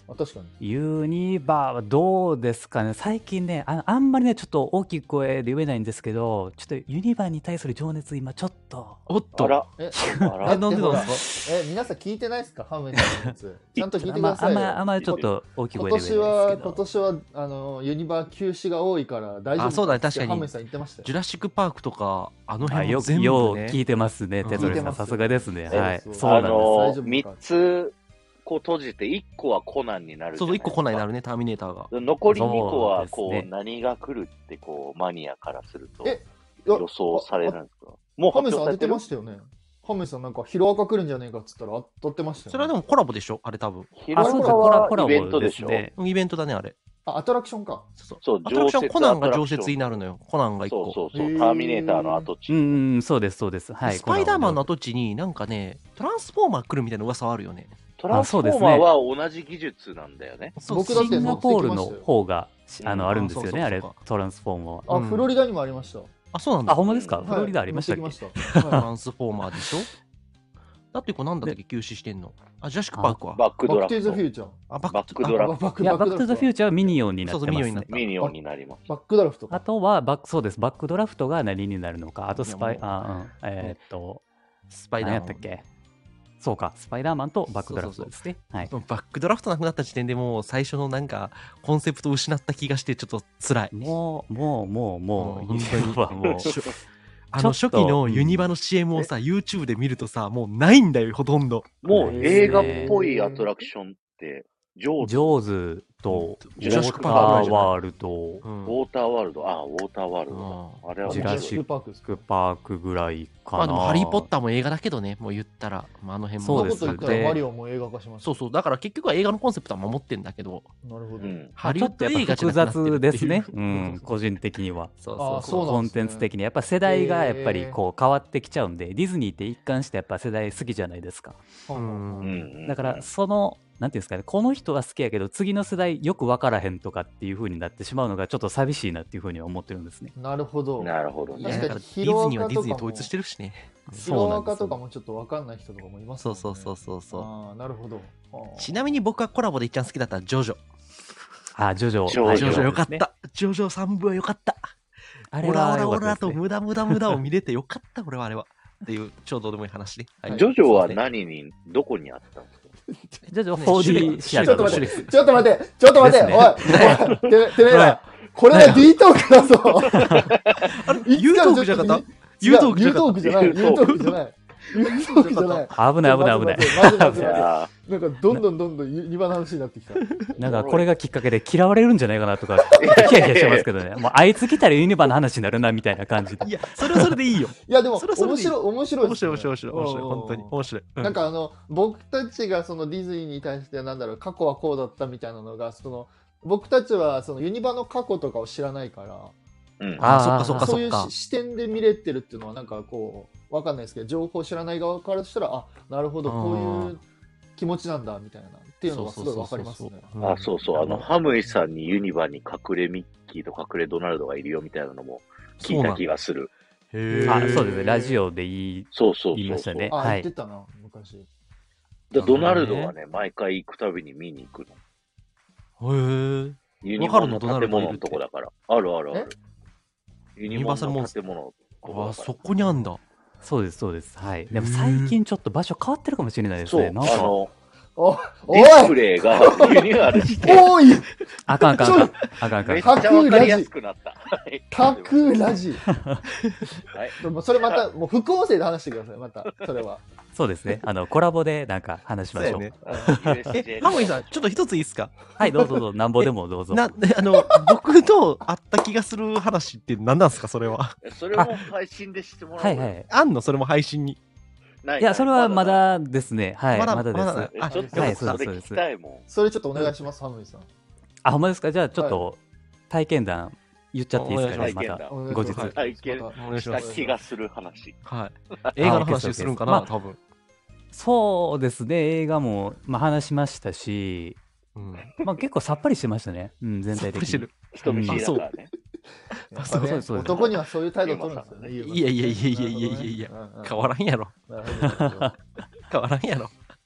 あ、確かに。 ユニバはどうですかね。最近ねあ、あんまりね、ちょっと大きい声で言えないんですけど、ちょっとユニバに対する情熱、今ちょっと。 おっと。 あら、 え、 あえ、 ら、 なんでなんだってですか？ え、皆さん聞いてないですか、ハムさんのやつ。ちゃんと聞いてくあんまあんださいよ。 まあんまちょっと大きい今声で言え年は、 ないですけど。 今年は、あの、ユニバ休止が多いから大丈夫あそうだねって確かにハムさん言ってましたよ。 ジュラシックパークとか、あのあよく辺も全部ね。 よう聞いてますね、 うんテトリスさん。 聞いてますさすがですね。 えはい。 そうそうなんです。 あの大丈夫かみっつ、こう閉じて、いっこはコナンになるじそうそう、 ゃないいっこ来ないになるね、ターミネーターが。 残りにこは、こう、 そうですね何が来るって、こう、マニアからすると、 え、いや予想されるんですか？もうハム発表されてるさん当ててましたよね。ハムさんなんかヒロアカ来るんじゃねえかっつったら当たってましたよね。 それはでもコラボでしょあれ多分。 ヒロあ、そうです。 アカコラコラはイベンボトでしょ？ ですね。 イベントだね、あれ。 あ、アトラクションか。 そうそうアトラクション、 常設コナンがアトラクション常設になるのよ。コナンがいっこ。 そうそうそう、 へーターミネーターの跡地。 うんうん、そうです、そうです。はい。 スパイダーマンのコ跡地になんかね、トランスフォーマー来るみたいな噂はあるよね。 トランスフォーマーは同じ技術なんだよね。 そう僕だってナンシンガポールの方が、 うんあの、あるんですよね、あれあそうそうそう、 トランスフォーマーは。 あ、 うんフロリダにもありました。 あ、そうなんだ。 あ、ほんまですか？ うんフロリダありましたっけ？ 持ってきました。 トはいランスフォーマーでしょだってこれなんだっけ休止してんのあ、ジュラシックパークは。 バックドラバックトゥーザフフト。 ューチャー。 あ、ババックドラフト。 バックいや、バックトゥザフューチチャーはミニオンになってそうそうミニオンになっますね。 ミニオンになります。 バックドラフトか。 あとはバック、そうです、バックドラフトが何になるのか、あとスパイい、やもうあ、うん、えーっと、 スパイダーマン。 何やったっけ？そうか、スパイダーマンとバックドラフトですね。はい。 バックドラフトなくなった時点でもう最初のなんかコンセプトを失った気がしてちょっと辛い。 もう、もう、もう、もう、 もうユニバはもう、 しょあの初ちょっと期のユニバの シーエム をさ、YouTube で見るとさ、もうないんだよ、ほとんど。 もうへー映画っぽいアトラクションって、ジョーズ、 ジョーズと、ウォジュラシックーターパークぐらいじゃないワールド、 うんウォーターワールド、ああ、ウォーターワールドだ。あれは面白いジュラシックパークですか。 パークぐらいかな。 まあでもハリー・ポッターも映画だけどね、もう言ったら、まあ、あの辺も。 そうですそんなこと言ったらマリオも映画化しました。 そうそう、だから結局は映画のコンセプトは守ってんだけど、 なるほど。 うん。 ハリウッドちょっとやっぱ映画じゃ複なくなってるっていう雑ですね。うん、個人的には。 そうあーそうそうなんですねコンテンツ的にやっぱ世代がやっぱりへーこう変わってきちゃうんで、ディズニーって一貫してやっぱ世代好きじゃないですか。 はあはあはあうんうん。 だからそのなんていうんですかね、この人は好きやけど次の世代よく分からへんとかっていう風になってしまうのがちょっと寂しいなっていう風には思ってるんですね。 なるほど。 なるほどいやね。 確かにだからディズニーはディズニー統一してるしね。 ヒロアカよとかもちょっとわかんない人とかもいますもんね。 そうそうそうそうそうああ、なるほど。はあちなみに僕はコラボで一番好きだったジョジョ。 あ、ジョジョ。 ジョジョはいジョジョよかっですね。 た。ジョジョさん部はよかった。 あれオラオは良ラオラとかったですね。 無駄無駄無駄を見れてよかった、俺はあれは。っていう、超どうでもいい話ね。はいジョジョは何に、どこにあったんですか？ ジョジョ フォーディー シアちょターでっと待って、ちょっと待って、ちょっと待って、 ですねおい、おい、ててめえら、これは D トークだぞ。 あれ、ユートークじゃなかったユートークじゃなかったユートークじゃない、ユートークじゃない。ユートークじゃない。 危ない危ない危ない。 待って待って待って待っていやなんかどんどんどんどんユニバの話になってきた。 なんかこれがきっかけで嫌われるんじゃないかなとか、ヒヤヒヤしてますけどね。もうあいつ来たらユニバの話になるなみたいな感じで。 いや、それはそれでいいよ。 いやでもそれはそれでいい面白い面白い面ですね白い面白い面白い面白い。本当に面白い。うなんかあの僕たちがそのディズニーに対してなんだろう過去はこうだったみたいなのがその僕たちはそのユニバの過去とかを知らないからうん。 ああーあ、そっかそそういうっか。 し視点で見れてるっていうのはなんかこうわかんないですけど情報知らない側からしたらあなるほどこういう気持ちなんだみたいなっていうのがすごいわかりますね。 あ、そうそう。あの、ハムイさんにユニバに隠れミッキーと隠れドナルドがいるよみたいなのも聞いた気がする。 へあ、そうですね。ラジオで言い、 そうそう言いそうそう。 ましたね。 あはい言って。たな昔。 でドナルドはね、毎回行くたびに見に行くの。 へえ。 ユニバの建物のとこだから。あるあるある。ユニバの建物のとこだから。 あ、そこにあんだ。 そうです、そうです。はい。でも最近ちょっと場所変わってるかもしれないですそう、 ね。なんか、 あの、 おおいディスプレイがユニバールして、 おいあかんあかんあかん。あかんあかんめっち。ゃわかりやすくなった。はいタクラジ。 はい。 でもそれまたもう副音声で話してくださいまたそれは。 そうですね。あの、コラボでなんか話しましょう。 そうやねええ、ハモイさん、ちょっと一ついいっすかはい、どうぞどうぞ。なんぼでもどうぞ。 な、あの、僕と会った気がする話って何なんすか、それは。 それも配信でしてもらおうよ。 はいはい。 あんのそれも配信に。 ないいや、それはまだだですね。はい。 まだまだまだです。 あない。えちょっとはいそれ聞きたいもん。 それちょっとお願いしますハムイさん。 あ、ほんまですか？じゃあちょっと体験談言っちゃっていいですかね、また体験談。 後日。 お願いします体験まお願いししたます。 気がする話。 はい。映画の話するんかな、 まあ多分。 そうですね。映画も、まあ、話しましたし、 うん。 まあ結構さっぱりしてましたね。うん、全体的に。 してる。 人見知りだからね。 やっぱねそうそうそう男にはそういう態度取るんですよね。 いやいやいやいやいやいやいや変わらんやろ。 らん。なるほど変わらんやろ。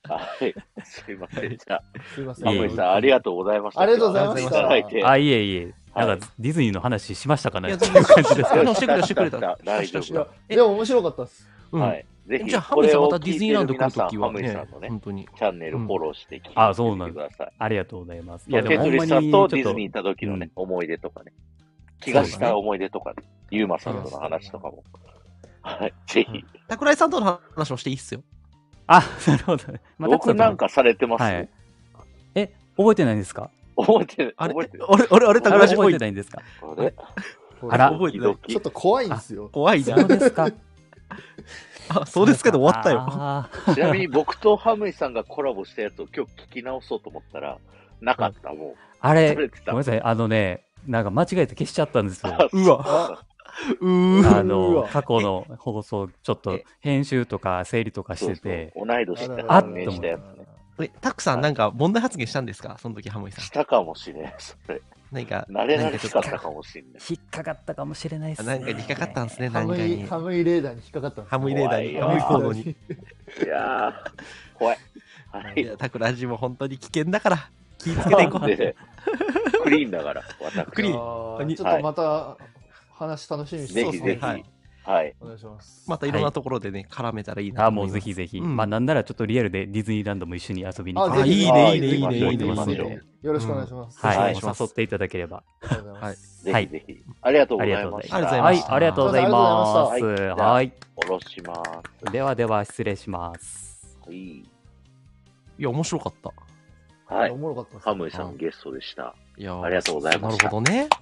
はい。すいません。じゃあ、 すいません。 ハムイさん、ありがとうございました。 ありがとうございましたいただいて。 あ、いえいえ。 はいなんかディズニーの話しましたかね。 いやっていう感じですいやかね。 してくれたしてくれた大丈いや夫。 えでも面白かったです。 うんはい。ぜひ、 じゃあ、ハムイさんまたこれを聞いてディズニーランドる皆さん、 来るときはハムイさねんの、ね、 本当に。 チャンネルフォローして聞いてあ、そうなんですみてください。 ありがとうございます。いいや、 や、でもほんまにケトリさんちょっととディズニー行った時のね、思い出とかね、気がした思い出とかね、ユーマさんとの話とかも。はい。ぜひ。 桜井さんとの話もしていいっすよ。 あ、なるほど。また僕なんかされてます、 はい。え、覚えてないんですか？ 覚えてない。 あれ覚えてない。 あれあれあれ桜井さん覚えてないんですか？ あれあら覚えてない。 ちょっと怖いんですよ。 怖いな。 そうですか。 あ、そうですけど終わったよ。 あーちなみに僕とハムイさんがコラボしたやつを今日聞き直そうと思ったら、なかった、もう。 あれ、 忘れてたごめんなさい。あのね、なんか間違えて消しちゃったんですよ。 うわ。うーあうのわ過去の放送、ちょっとえ編集とか整理とかしてて、 そうそう同い年ってあ判明したやつね。 え、タクさんなんか問題発言したんですかその時、ハムイさんし。たかもしれん、それ。 何か、 慣れ慣れ何かちょっとしかったかもしれない。 引っかかったかもしれないですね。 なんか引っかかったんですね、 ハムイ、 何かに。 ハムイレーダーに引っかかったんですハムイレーダーに、ハ怖いよムイコードに。 いやー、怖い。はいい。 や、タクラジも本当に危険だから、気ぃつけていこう。 でクリーンだから、私。 クリーンあーちょっとまた話楽しみにしてますぜひぜひ。 はいはい。 お願いします。 またいろんなところでね、絡めたらいいなあ、もうと思います。 ぜひぜひ。 うんまあなんならちょっとリアルでディズニーランドも一緒に遊びに行あ、 きたいぜひいいねいいねぜひいいねいいねぜひ行きましょうぜひよろしくお願いします。 はい、 はい誘っていただければ。 ありがとうございます。 ぜひぜひ。ありがとうございました。 ありがとうございはい、 ましたありがとうございます。 ありがとうございましたはい。 下ろします。 ではでは失礼します。 はい。 いや、面白かった。 はいお。もろかったです。 ハムイさんゲストでした。 いやーありがとうございましたなるほどね。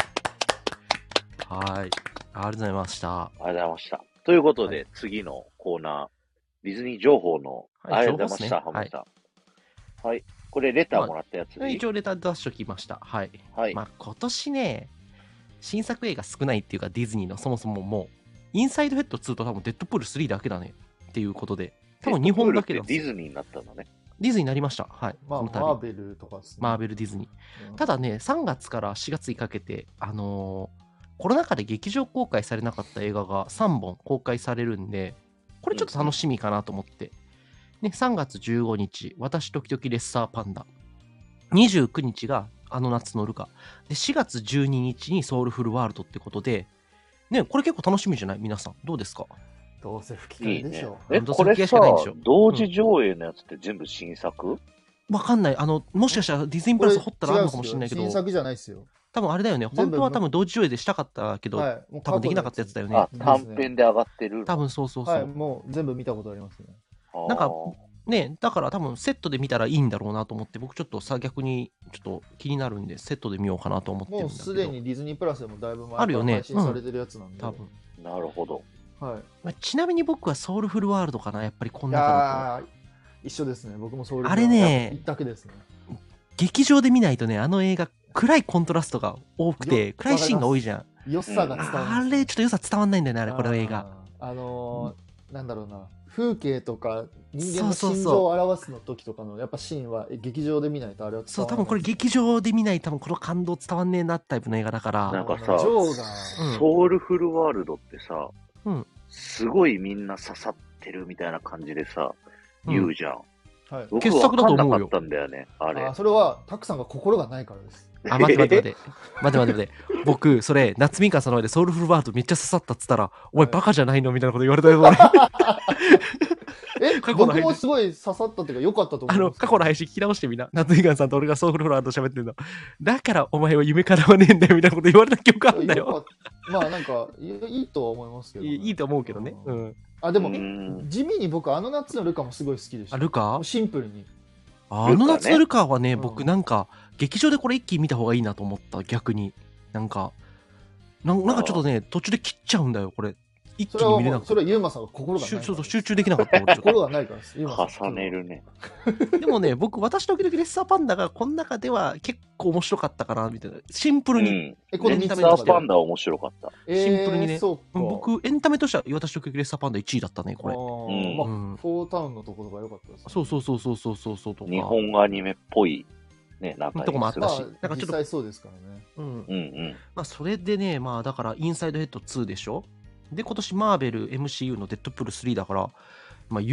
うん。はい。ありがとうございました。 ありがとうございました。ということで、次のコーナー、ディズニー情報の、 はいありがとうございました、 情報っすねハムイさん。はい。これ、レターもらったやつでいい一応レター出しときました。はい。 はい。 まあ、今年ね、新作映画少ないっていうか、ディズニーのそもそももう、インサイドヘッドツーと多分デッドプールスリーだけだねっていうことで、多分日本だけなんですよ。 ディズニーになったんだね。 ディズニーになりました。はい。 まあ、 その度マーベルとかですね。 マーベルディズニー。 うんただね、さんがつからしがつにかけて、あのーコロナ禍で劇場公開されなかった映画がさんぼん公開されるんで、これちょっと楽しみかなと思って。ね、さんがつじゅうごにち、私時々レッサーパンダ。にじゅうくにちがあの夏のルカ。で、しがつじゅうににちにソウルフルワールドってことで、ね、これ結構楽しみじゃない皆さん。どうですかどうせ吹きいいね替えでしょ。。 え、 どうせこれ吹き替えしかないんでしさょ、 同時上映のやつって全部新作わかんない。あの、もしかしたらディズニープラス掘ったらあるのかもしれないけど新、作じゃないですよ。 多分あれだよね。 全部本当は多分同時上映でしたかったけど、 はい。もう多分できなかったやつだよねあ。 ですね短編で上がってる。 多分そうそうそう。 はい。もう全部見たことありますね。 あーなんかね、だから多分セットで見たらいいんだろうなと思って、僕ちょっとさ、逆にちょっと気になるんで、セットで見ようかなと思ってるんもうだけど。 すでにディズニープラスでもだいぶ前あるよね配信されてるやつなんで。 多分。 なるほど。 はい。 まあちなみに僕はソウルフルワールドかな、やっぱりこんな中だあー一緒ですね。僕もそうあれね一択ですね。 と。劇場で見ないとね、あの映画、暗いコントラストが多くて、 よ暗いシーンが多いじゃん。 良さが伝わるんですよ。 あれ、ちょっと良さ伝わんないんだよね、あれ、これの映画。 あー。あのーなんだろうな。風景とか人間のそうそうそう心情を表すの時とかのやっぱシーンはえ劇場で見ないとあれは伝そう、 わらない。 多分これ劇場で見ないと多分この感動伝わんねえなタイプの映画だから。 なんかさジョーが、 うんソウルフルワールドってさ、 うんすごいみんな刺さってるみたいな感じでさ、言うじゃん。 はい。 僕傑作だと思うよ分かんなかったんだよね、あれ。 あそれはタクさんが心がないからです。 あ、待って待って待って。待って待って待って。僕、それ、夏みかんさんの前でソウルフルワールドめっちゃ刺さったっつったら、お前バカじゃないのみたいなこと言われたよ、俺。 え過去の僕もすごい刺さったっていうか良かったと思あの、 います。 過去の配信聞き直してみな。夏みかんさんと俺がソウルフルワールド喋ってるの。だからお前は夢叶わねえんだよ、みたいなこと言われた記憶あるんだよ。 良かったまあなんかいいいとは思いますけどね、 いいいいと思うけどね。ううんん。 あでもうん地味に僕あの夏のルカもすごい好きでした。 あ、ルカシンプルに。 あの夏のルカはね、 うん僕なんか、劇場でこれ一気に見た方がいいなと思った、逆に。なんか、なんなんかちょっとね、途中で切っちゃうんだよ、これ。一それは気に見れなくて。 もうそれはユーマさんが心がないから集そうそう集中できなかった、俺ちょっと心がないからです。ユーマさん重ねるね。 でもね、僕、私時々レッサーパンダがこの中では結構面白かったかな、みたいな。シンプルに。 うん。 えこのレッ三つの中でサーパンダは面白かった。 えーシンプルにねそうか。 僕、エンタメとしては私時々レッサーパンダいちいだったね、これ。 あーうんまあ、 うんフォータウンのところが良かったです、 そうそうそうそうそうそうそうとか。 日本アニメっぽい、ね、なんかとこもあったしまあなんかちょっと実際そうですからね。 うん。 うんうん。 まあ、それでね、まあ、だから、インサイドヘッドツーでしょで、今年マーベル エムシーユー のデッドプールスリーだから、まあ、言っ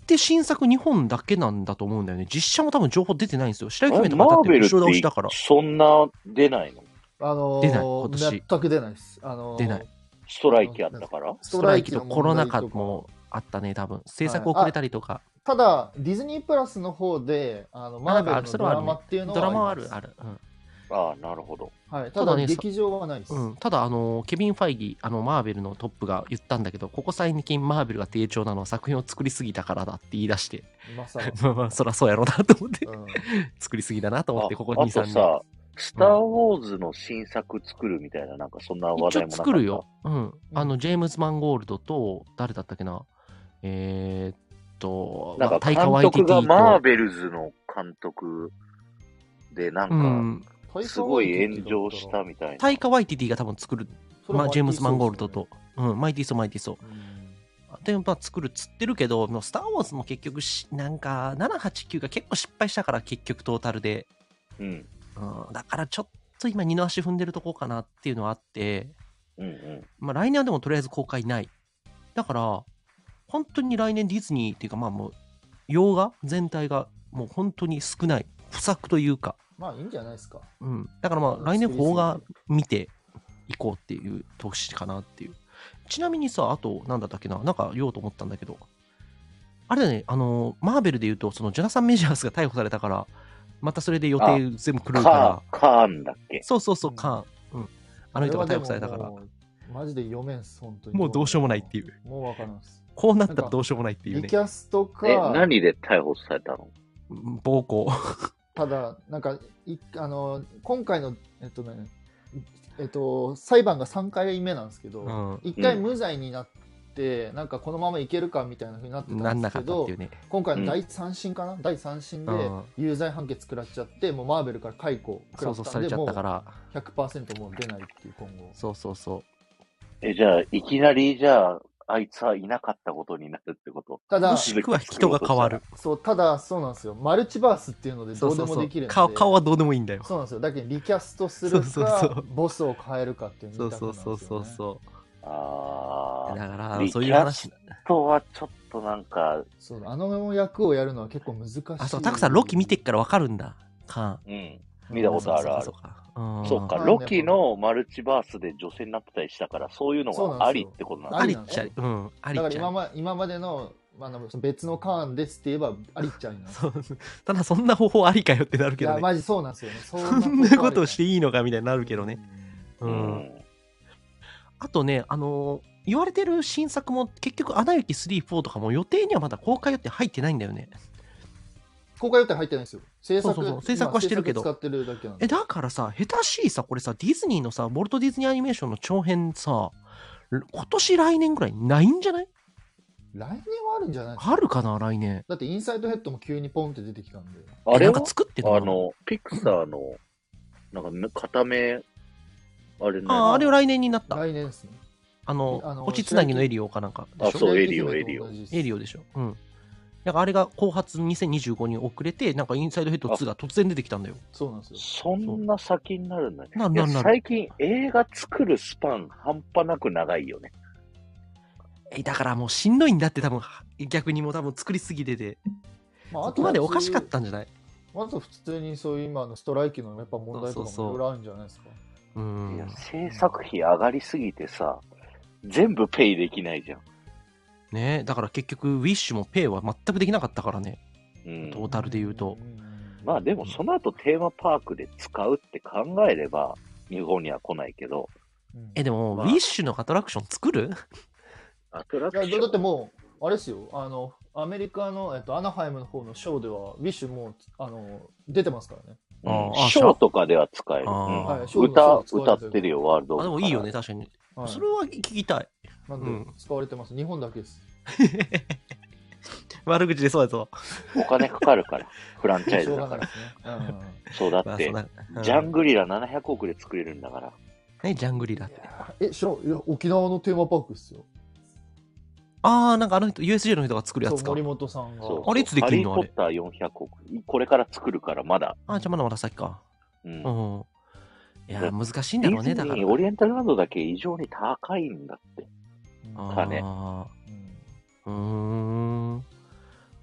って新作日本だけなんだと思うんだよね。実写も多分情報出てないんですよ。白雪え姫とかだってマーベルっ後ろ倒してだから。 そんな出ないの？ あのー出ない今年全く出ないです。あのー出ない。 ストライキあったからストライキのとコロナ禍問題とかもあったね、多分。制作遅れたりとか。 ただディズニープラスの方であのマーベルのドラマっていうのはドラマはある、 りますある。うんああ、なるほど。 はい、たただねだ劇場はないです。 うん、ただ、あのケビン・ファイギー、あのマーベルのトップが言ったんだけど、ここ最近マーベルが低調なのは作品を作りすぎたからだって言い出して、 まさに、 まあまあ、そりゃそうやろうなと思って、 うん、 作りすぎだなと思って、ここあに、さんねん。 あとさ、スター・ウォーズの新作作るみたいな、なんかそんな話一応題もなかった。 作るよ。うん。あの、ジェームズ・マンゴールドと、誰だったっけな。えー、っと、 なんかタイカ・監ワイティティ督がマーと、 ベルズの監督で、なんか、 うん、 すごい炎上したみたいな。 タイカ・ワイティティが多分作る、まあ、ジェームズ・マンゴールドと、 うん、 うん、マイティーソー、マイティーソー。で、まあ、作るっつってるけど、もうスター・ウォーズも結局し、なんか、ななはちきゅうが結構失敗したから、結局トータルで。 うん。 うん、だからちょっと今、二の足踏んでるとこかなっていうのはあって、 うんうん。 まあ、来年はでもとりあえず公開ない。だから、本当に来年ディズニーっていうか、まあもう、洋画全体がもう本当に少ない。不作というか。 まあいいんじゃないですか。 うん。だからまあ、来年邦画見ていこうっていう年かなっていう。ちなみにさ、あと、なんだったっけな、なんか言おうと思ったんだけど、あれだね、あの、マーベルで言うと、そのジョナサン・メジャースが逮捕されたから、またそれで予定全部狂うから。 カー、カーンだっけ？ そうそうそう、カーン。うん。あの人が逮捕されたから。 マジで読めんす、本当に。 もうどうしようもないっていう。 もうわからんす。 こうなったらどうしようもないっていうね。 リキャストか。 え、何で逮捕されたの？ 暴行。 ただ、なんか、いあの、今回の、えっとね、えっと、裁判がさんかいめなんですけど、うん、いっかい無罪になって、うん、なんかこのままいけるかみたいな風になってたんですけど、ね、今回の第三審かな、うん、第三審で有罪判決食らっちゃって、もうマーベルから解雇食らったんで、もう ひゃくパーセント もう出ないっていう今後。 そうそうそう。 え、じゃあ、いきなり、じゃあ、あいつはいなかったことになるってこと？ ただ、 もしくは人が変わる。 そう、ただ、そうなんですよ。マルチバースっていうのでどうでもできるんで。 そうそうそう、顔、顔はどうでもいいんだよ。 そうなんですよ。だけど、リキャストするか、そうそうそう、ボスを変えるかっていうそうそうそうそうそう。 ああ。 だから、そういう話。 リキャストはちょっとなんか。 そう、あの役をやるのは結構難しい。 あ、そう、タクさん、ロキ見てっからわかるんだ。かうん。見たことあるある。 そうか。 そうか、ロキのマルチバースで女性になってたりしたから、そういうのがありってことなんだ。 ありっちゃう。うん、ありっちゃう。 だから今ま今までの、あの別のカーンですって言えばありっちゃうな。 そう。ただそんな方法ありかよってなるけどね。 いや、マジそうなんですよね。 そんなことをしていいのかみたいになるけどね。うん。うん、あとね、あのー、言われてる新作も結局、アナ雪スリー、フォーとかも予定にはまだ公開予定入ってないんだよね。 公開予定入ってないんですよ。制作、 そうそうそう、制作はしてるけど。 使ってるだけなんで。 え、だからさ、下手しいさ、これさ、ディズニーのさ、ウォルト・ディズニーアニメーションの長編さ、今年来年ぐらいないんじゃない？ 来年はあるんじゃないですか？ あるかな、来年。 だってインサイドヘッドも急にポンって出てきたんで。 あれはなんか作ってるの？ あの、ピクサーの、なんか、片目、あれね。 あ、あれは来年になった。 来年ですね。 あの、落ちつなぎのエリオかなんかでしょ。あ、そう、エリオ、エリオ。 エリオでしょ。うん。なんかあれが後発にせんにじゅうごに遅れて、なんかインサイドヘッドツーが突然出てきたんだよ。 そうなんですよ。 そんな先になるんだね。 なるなるなる。 最近映画作るスパン半端なく長いよね。 え、だからもうしんどいんだって多分、逆にもう多分作りすぎてて。まあ、あとまでおかしかったんじゃない？ まず普通にそういう今のストライキのやっぱ問題とかもいろいろあるんじゃないですか。 そうそうそう、うん。 いや、制作費上がりすぎてさ、全部ペイできないじゃん。 ねえ、だから結局ウィッシュもペイは全くできなかったからね、うん、トータルで言うと。 まあでもその後テーマパークで使うって考えれば日本には来ないけど、 うん、えでも、まあ、ウィッシュのアトラクション作る？ アトラクションだってもうあれですよ、あのアメリカの、えっと、アナハイムの方のショーではウィッシュもうあの出てますからね。 うん、ショーとかでは使える、うんはい、歌歌ってるよワールド。 あでもいいよね確かに、はい、それは聞きたい。 なんで使われてます、うん、日本だけです。 悪口でそうやぞ。 お金かかるからフランチャイズだから、ねうん、そうだって、まあうん、ジャングリラななひゃくおくで作れるんだから。 えジャングリラってえ知らん、いや沖縄のテーマパークですよ。 ああなんかあの人 ユーエスジェー の人が作るやつか。 森本さんがあれいつできるの？あれハリーポッターよんひゃくおくこれから作るからまだ。 あじゃあまだまだ先か。うん、うん、いや難しいんだろうね。だからオリエンタルランドだけ異常に高いんだって。金。 うーん。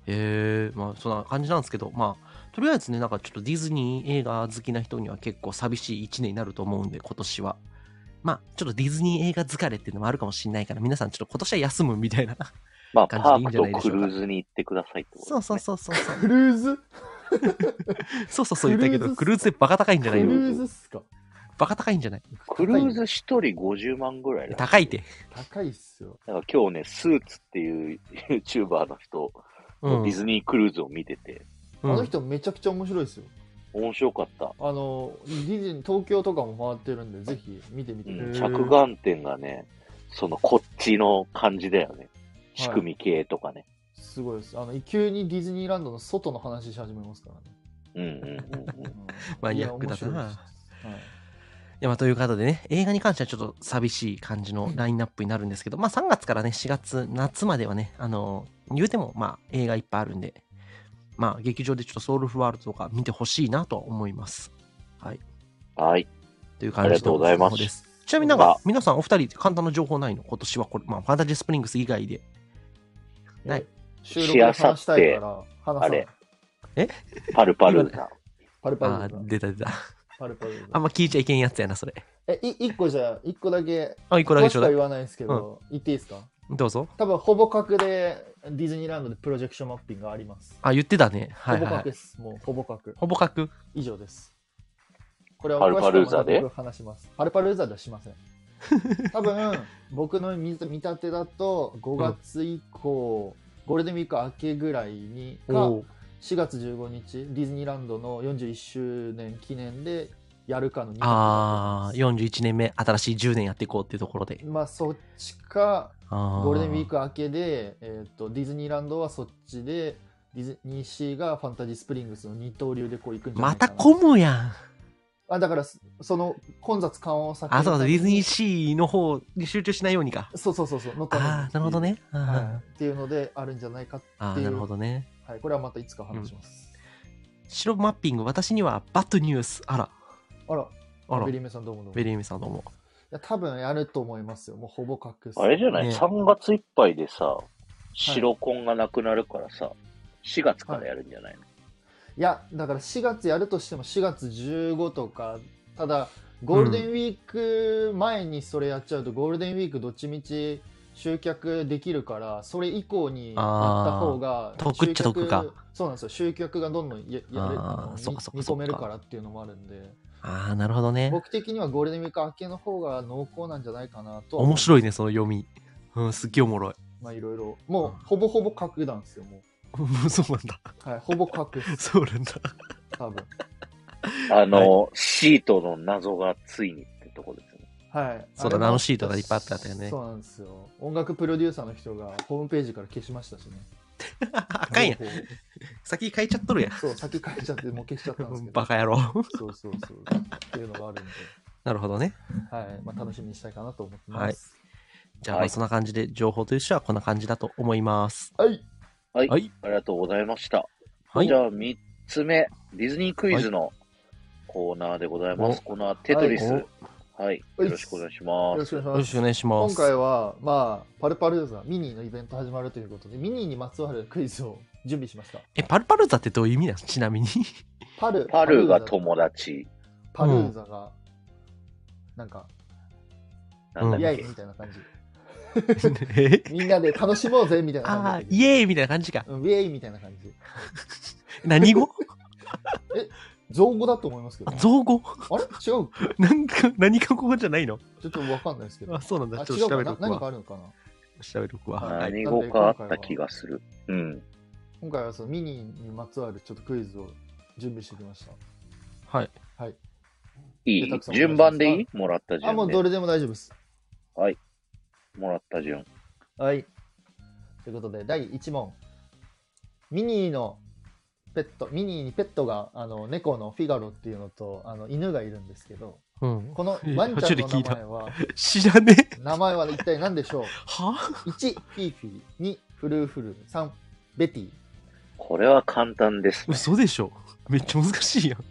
へえ、まあそんな感じなんですけど、まあとりあえずね、なんかちょっとディズニー映画好きな人には結構寂しいいちねんになると思うんで、今年は。まあちょっとディズニー映画疲れっていうのもあるかもしれないから、皆さんちょっと今年は休むみたいなまあ、 感じでいいんパークとじゃないでしょうか。 クルーズに行ってくださいってことそうですね。 そうそうそうそう。 クルーズそうそうそう言ったけど、ククルーズっすかルーズでバカ高いんじゃないクルの？ ーズっすか？ バカ高いんじゃない？ クルーズ一人ごじゅうまんぐらいだ。 高いって。 高いっすよ。 なんか今日ね、スーツっていう YouTuber の人のディズニークルーズを見てて、 うん、 あの人めちゃくちゃ面白いですよ。 面白かった。 あの、ディズニー、東京とかも回ってるんで、ぜひ見てみてうん、 ください。 着眼点がね、そのこっちの感じだよね。仕組み系とかね。 すごいです。あの、急にディズニーランドの外の話し始めますからね。 うんうんうんうん。 マニアックだな。 いや面白いです。はいいやまあということでね、映画に関してはちょっと寂しい感じのラインナップになるんですけど、まあさんがつからね、しがつ、夏まではね、あのー、言うてもまあ映画いっぱいあるんで、まあ劇場でちょっとソウルフワールドとか見てほしいなと思います。はい。 はい。 という感じありがとうございますの情報です。ちなみになんか、皆さんお二人簡単な情報ないの？今年はこれ、まあファンタジースプリングス以外で。ない。 収録で話したいから話さない。 あれえパルパルーザ。 パルパルーザ。 あー、出た出た。 パルパルーザ。 あんま聞いちゃいけんやつやな、それ。 え、い一個じゃあ、一個だけ、 あ、一個だけちょうだい。 詳しくは言わないですけど、言っていいですか？ どうぞ。 多分、ほぼ確でディズニーランドでプロジェクションマッピングがあります。 あ、言ってたね。はいほぼはい、はい。 確です。もう、ほぼ確。 ほぼ確。 以上です。これはパルパルーザで詳しくはまた僕話します。パルパルーザではしません。多分、僕の見見立てだと、ごがつ以降、うん、ゴールデンウィーク明けぐらいにか、しがつじゅうごにち、ディズニーランドのよんじゅういっしゅうねん記念でやるかのにかああ、よんじゅういちねんめ、新しいじゅうねんやっていこうっていうところで。 まあ、そっちか、 ゴゴールデンウィーク明けで、えーと、ディズニーランドはそっちで、ディズニーシーがファンタジースプリングスの二刀流でこう行くんじゃないかな。 また混むやん。 あ、だから、その混雑緩和を避けるあ、そうだ、ディズニーーシーの方に集中しないようにか。 そうそうそうそう、のためにああ、なるほどね。 はい。っていうのであるんじゃないかっていう。 ああ、なるほどね。 はい、これはまたいつか話します。 うん、白マッピング、私にはバッドニュース。あら。 あら。 あら。 ベリーメさんどうもどうも。 ベリーメさんどうも。 いや、多分やると思いますよ。もうほぼ確実。 あれじゃない、 ね、 さんがついっぱいでさ、白コンがなくなるからさ、しがつからやるんじゃないの、はい、 いや、だからしがつやるとしてもしがつじゅうごとか、ただ、ゴールデンウィーク前にそれやっちゃうと、うん、ゴールデンウィークどっちみち集客できるから、それ以降にやった方が、 得っちゃ得か。 そうなんですよ。集客がどんどんややるあ見そうかそうか見込めるからっていうのもあるんで。 ああ、なるほどね。 僕的にはゴールデンウィーク明けの方が濃厚なんじゃないかなと。 面白いね、その読み。うん、すっげえおもろい。 まあいろいろ。もう、ほぼほぼ確なんですよ、もう。そうなんだ。 はい、ほぼ確。 そうなんだ。 多分。 あの、 はい、 シートの謎がついにってとこですね。 はい。 そうだ、ナノシートがいっぱいあったんだよね。 そうなんですよ。音楽プロデューサーの人がホームページから消しましたしね。 あかんやん。先書いちゃっとるやん。 そう、先書いちゃって、もう消しちゃったんですけど。 バカ野郎。 そうそうそう。っていうのがあるんで。 なるほどね。 はい。まあ、楽しみにしたいかなと思ってます。 はい、じゃあ、まあそんな感じで、情報としてはこんな感じだと思います。 はい。 はい。はい、ありがとうございました。はい。じゃあ、みっつめ、ディズニークイズのコーナーでございます。はい、このテトリス。はいはい。よろしくお願いします。 よろしくお願いします。 よろしくお願いします。 今回は、まあ、パルパルーザ、ミニーのイベント始まるということで、ミニーにまつわるクイズを準備しました。 え、パルパルーザってどういう意味なの？ちなみに。 パル、 パルが友達。 パルーザが、なんか、 なんだっけ、 イエイみたいな感じ。みんなで楽しもうぜみたいな感じ。 ああ、イエーイみたいな感じか。 うん、イエイみたいな感じ。 何語？ え造語だと思いますけど。 造語？ あれ違うなんか、何か語じゃないの？ ちょっとわかんないですけど。 あ、そうなんだ。ちょっと調べるか。 何かあるのかな？ 調べるか。 何語かあった気がする。うん。 今回はそのミニにまつわるちょっとクイズを準備してきました。 はい。 はい。 いい？順番でいい？もらった順で。 あ、もうどれでも大丈夫です。 はい。もらった順。 はい。ということで、だいいち問。ミニーのペット、ミニーにペットが、あの、猫のフィガロっていうのと、あの、犬がいるんですけど、 うん、 このワンちゃんの名前は、 知らねえ。 名前は一体何でしょう？ はいち、フィーフィー、に、フルーフルー、さん、ベティ。 これは簡単です、ね。 嘘でしょ？めっちゃ難しいやん。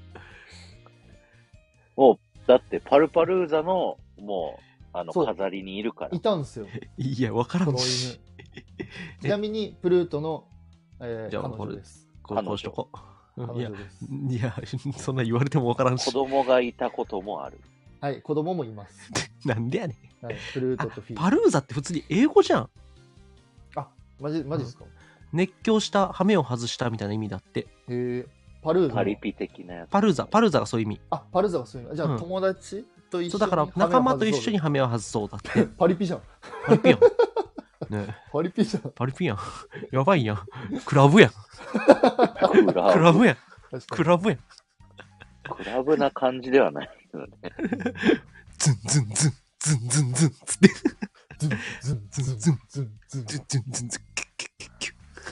もう、だってパルパルーザの、もう、あの、飾りにいるから。 いたんですよ。 いや、わからんし。 ちなみに、プルートのえー、 じゃあ彼女です。 こうこうしとこう。いや彼女です。 いや、そんな言われてもわからんし。 子供がいたこともある。 はい、子供もいます。 なんでやねん。 はい、フルーあトとフィー。 パルーザって普通に英語じゃん。 あ、マジ、マジですか、 熱狂した、羽目を外したみたいな意味だって。 へえ、パルーザ。 パリピ的なやつ。 パルーザ、パルーザがそういう意味。 あ、パルーザがそういうの。じゃあ、 うん友達と一緒に。 そうだから仲間と一緒に羽目を外そうだって。 パリピじゃん。 パリピやん。ねパリピじゃん。 パリピやん。やばいやん。クラブやん。 クラクラブやん。 確かクラブやん。 クラブな感じではないけどね。 ズンズンズン、ズンズンズンつって。 に。ズンズンズンズンズンズン。 ズンズンズンズン、キュッキュッキュッキ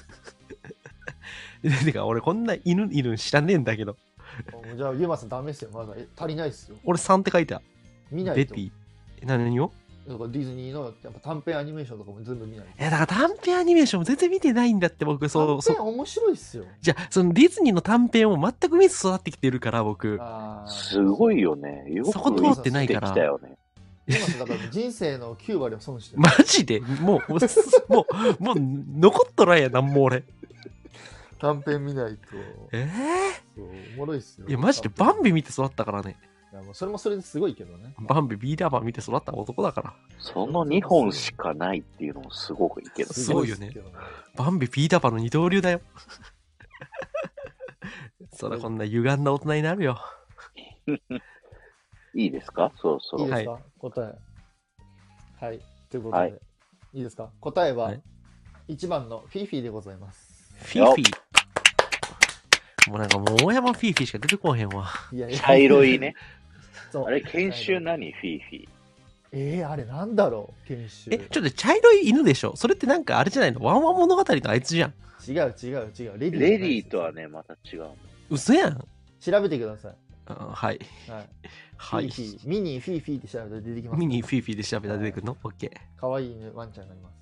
ュッ。てか、俺こんな犬いるん知らねえんだけど。 じゃあ、ユーマさんダメですよ。まだえ足りないですよ。 俺さんって書いた。 見ないと。 ベティ。え何をだからディズニーのやっぱ短編アニメーションとかも全部見ない。 え、だから短編アニメーションも全然見てないんだって僕、そう、そう。 短編面白いっすよ。 じゃあ、そのディズニーの短編を全く見ず育ってきてるから、僕。 あーすごいよね。よくそこ通ってないからできたよね。 ユーマさんだから人生のきゅう割を損してる。 マジでもう、もう、もう、残っとらんや、なんも俺。 短編見ないと。 えそうおもろいっすよ。 えいや、マジでバンビ見て育ったからね。 いやもうそれもそれですごいけどね。 バンビ、ビーダーマン見て育った男だから。 そのにほんしかないっていうのもすごくいいけど。 すごいよねすごっすけどバンビ、ビーダーマンの二刀流だよ。そらこんな歪んだ大人になるよ。 いいですかそろそろ。 いいですか、 は答え。はい。ということで、 はいい、いですか答えははいいちばんのフィーフィーでございます。 フィーフィー。もうなんかもう大山フィーフィーしか出てこへんわ。 いやいや茶色いね。 そうあれ、研修何フィーフィー。 えー、あれなんだろう研修。 え、ちょっと茶色い犬でしょそれってなんかあれじゃないのワンワン物語のあいつじゃん。 違う違う違う。レディーじゃないですよレディーとはね、また違うの。 嘘やん。 調べてください。 あはい。 はい。 はい。 フィーフィー、ミニーフィーフィーって調べたら出てきます。 ミニーフィーフィーで調べたら出てくるの、オッケー。 かわいいねワンちゃんがいます。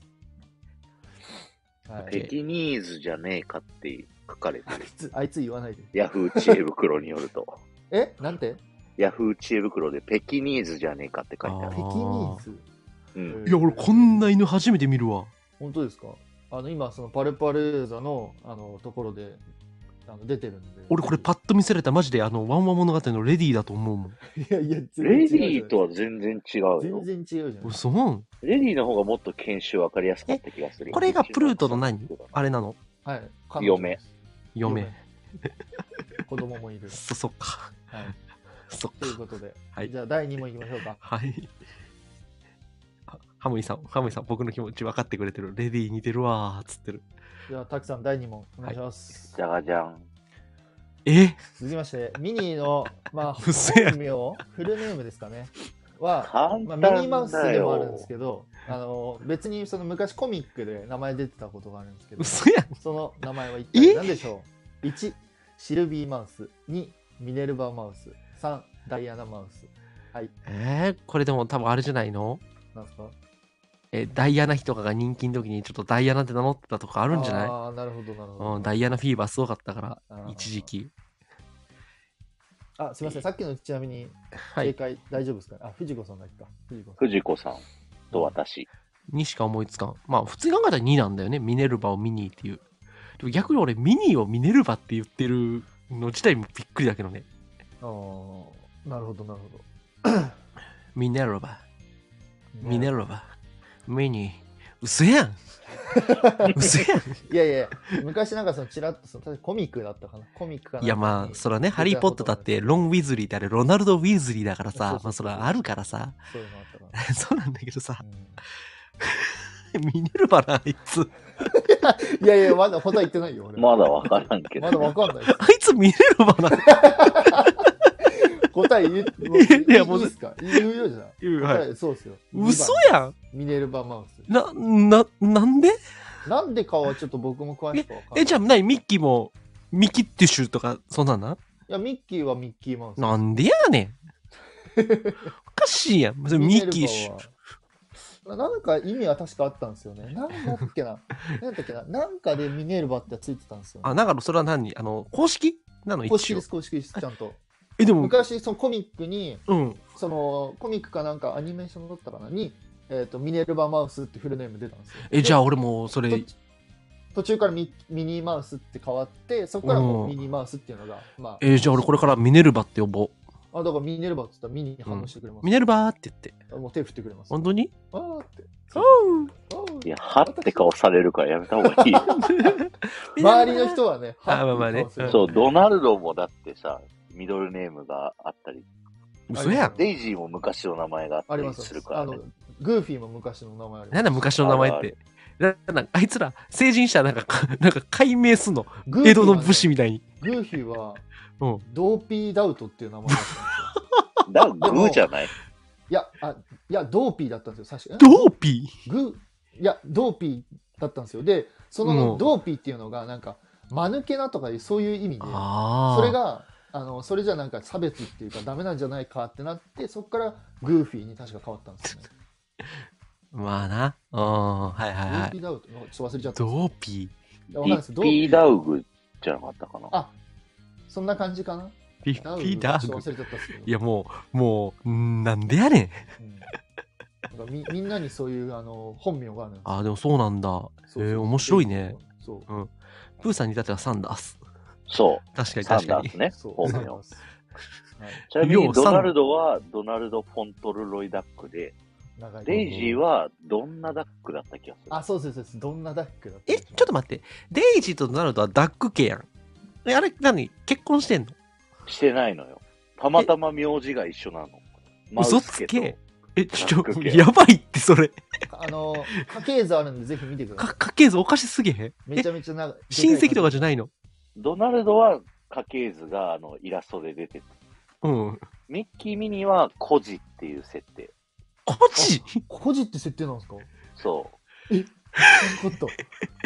はい。 ペキニーズじゃねえかって書かれてる。 あいつあいつ言わないで。 ヤフー知恵袋によると。 えなんてヤフー知恵袋でペキニーズじゃねえかって書いてあるペキ。ニーズうん。 いや、俺こんな犬初めて見るわ。 本当ですかあの今そのパルパルーザのあのところであの出てるんで俺これパッと見せれたマジであのワンワン物語のレディーだと思うもん。 いやいや全然レ違うじゃんディーとは全然違うよ。 全然違うじゃん嘘もん。 レディーの方がもっと研修分かりやすかった気がするよ。 これがプルートの何あれなのはい彼女嫁です嫁。 子供もいるそ、そっか。 はいそっというか。 ことで、 はいじゃあだいに問いきましょうかはい。あハムイさん、ハムイさん、僕の気持ち分かってくれてる。レディー似てるわーっつってる。 じゃあたくさんだいに問お願いします、 じゃがじゃん。 え続きましてミニーのまあ嘘やん本名フルネームですかねは簡まあ、 単だよ。 ミニーマウスでもあるんですけど、あの別にその昔コミックで名前出てたことがあるんですけど、 嘘やん。 その名前は一体何でしょう ?いち、シルビーマウス。に、ミネルヴァマウス。さん、ダイアナマウス。はい、 えー、これでも多分あれじゃないのなんですかえ、ダイアナ妃とかが人気の時にちょっとダイアナって名乗ってたとかあるんじゃないああ、なるほど、なるほど。 うん、ダイアナフィーバーすごかったからあ、ー一時期。 あ、すみません、さっきのちなみにはい。 正解大丈夫ですか、あ、藤子さんだっけか。藤子さん。 藤子さんと私。 にしか思いつかん。まあ、普通に考えたらになんだよね。ミネルヴァをミニーっていう。でも逆に俺、ミニーをミネルヴァって言ってるの自体もびっくりだけどね。 ああ、なるほど、なるほど。 ミネルヴァ、ミネルヴァ、ミニー。嘘やん嘘やんいやいや、昔なんかそのちらっとそのコミックだったかな。コミックかな。 いやまあ、そらね、ハリー・ポッターだって、ロン・ウィズリーってあれ、ロナルド・ウィズリーだからさ、 そうそうそうまあそらあるからさ。 そういうのあったから。 そうなんだけどさ、 うんミネルヴァな、あいつ。 いやいや、まだ答え言ってないよ、俺。 まだわからんけど。 まだわかんないです。 あいつミネルヴァな。 答え言う、もういやもういいですか言うよじゃうんあ。 はい答えそうですよ。 嘘やんミネルヴァマウス。 な、な、なんでなんでかはちょっと僕も詳しくわかんない。 え、じゃあ何ミッキーも、ミキッティッシュとか、そんなんなんいや、ミッキーはミッキーマウス。 なんでやねん。おかしいやん。それミッキーッシュ。 ュ。なんか意味は確かあったんですよね。なんだっけな。なんだっけな。なんかでミネルヴァってついてたんですよ、ね。 あ、なんかそれは何あの、公式なの一応公式です、。公式です、ちゃんと。 え、でも、 昔、そのコミックに、 うん。 そのコミックかなんかアニメーションだったかなに、えっ、と、ミネルヴァマウスってフルネーム出たんですよ。 え、じゃああ、 俺もそれどっち途中からミミニーマウスって変わってそこからもうミニーマウスっていうのが、まあ、 えー、じゃあ俺これからミネルヴァって呼ぼう。 あ、だからミネルヴァって言ったらミニに反応してくれます。 うん、ミネルヴァって言って。 もう手振ってくれます。 本当に？ あーって。 いや、はって顔されるからやめた方がいいよ。 周りの人はね、 はって顔する。 そう、ドナルドもだってさ、ミドルネームがあったり。 嘘やん。 デイジーも昔の名前があったりするからね。 あります。あの、グーフィーも昔の名前あります。 なんだ昔の名前って。ななんあいつら成人したらなんか、なんか解明すんの。江戸の武士みたいに。 グーフィーは、 うん、 ドーピーダウトっていう名前だったんですよ。 だ、グーじゃない？ いや、あ、いや、ドーピーだったんですよ、確かに。 ドーピーグー、いや、ドーピーだったんですよ。で、そのドーピーっていうのが、なんか、間抜けなとかそういう意味で、それが、あの、それじゃなんか差別っていうか、ダメなんじゃないかってなって、そこからグーフィーに確か変わったんですよね。 まあな。うん、はいはいはい。 ドーピーダウト、ちょっと忘れちゃった。 ドーピー。ピッピーダウグじゃなかったかな。 あ、そんな感じかな。 ピッピーダウグ。 忘れちゃったっすけど。 いやもう、もう、なんでやねん。 うんなんか み, みんなにそういうあの本名があるんです。 あ、でもそうなんだ。えー、面白いね。そう。うん。プーさんに至ってはサンダース。 そう。 確かに確かに。 サンダースね。本名。 はい、 ちなみにドナルドはドナルド・フォントルロイダックで、デイジーはどんなダックだった気がする。 あ、そうですそうです。どんなダックだった。 え、ちょっと待って。デイジーとドナルドはダック系やん。え、あれ、何結婚してんの？ してないのよ。たまたま名字が一緒なの。 嘘つけ。え、ちょっと、やばいってそれ。 あの、家系図あるんでぜひ見てください。 家系図おかしすぎへん？ めちゃめちゃ長い。 親戚とかじゃないの？ ドナルドは家系図があのイラストで出てる。 うん。 ミッキー・ミニーは孤児っていう設定。 孤児？ 孤児って設定なんですか？ そう。 え、そんなこと。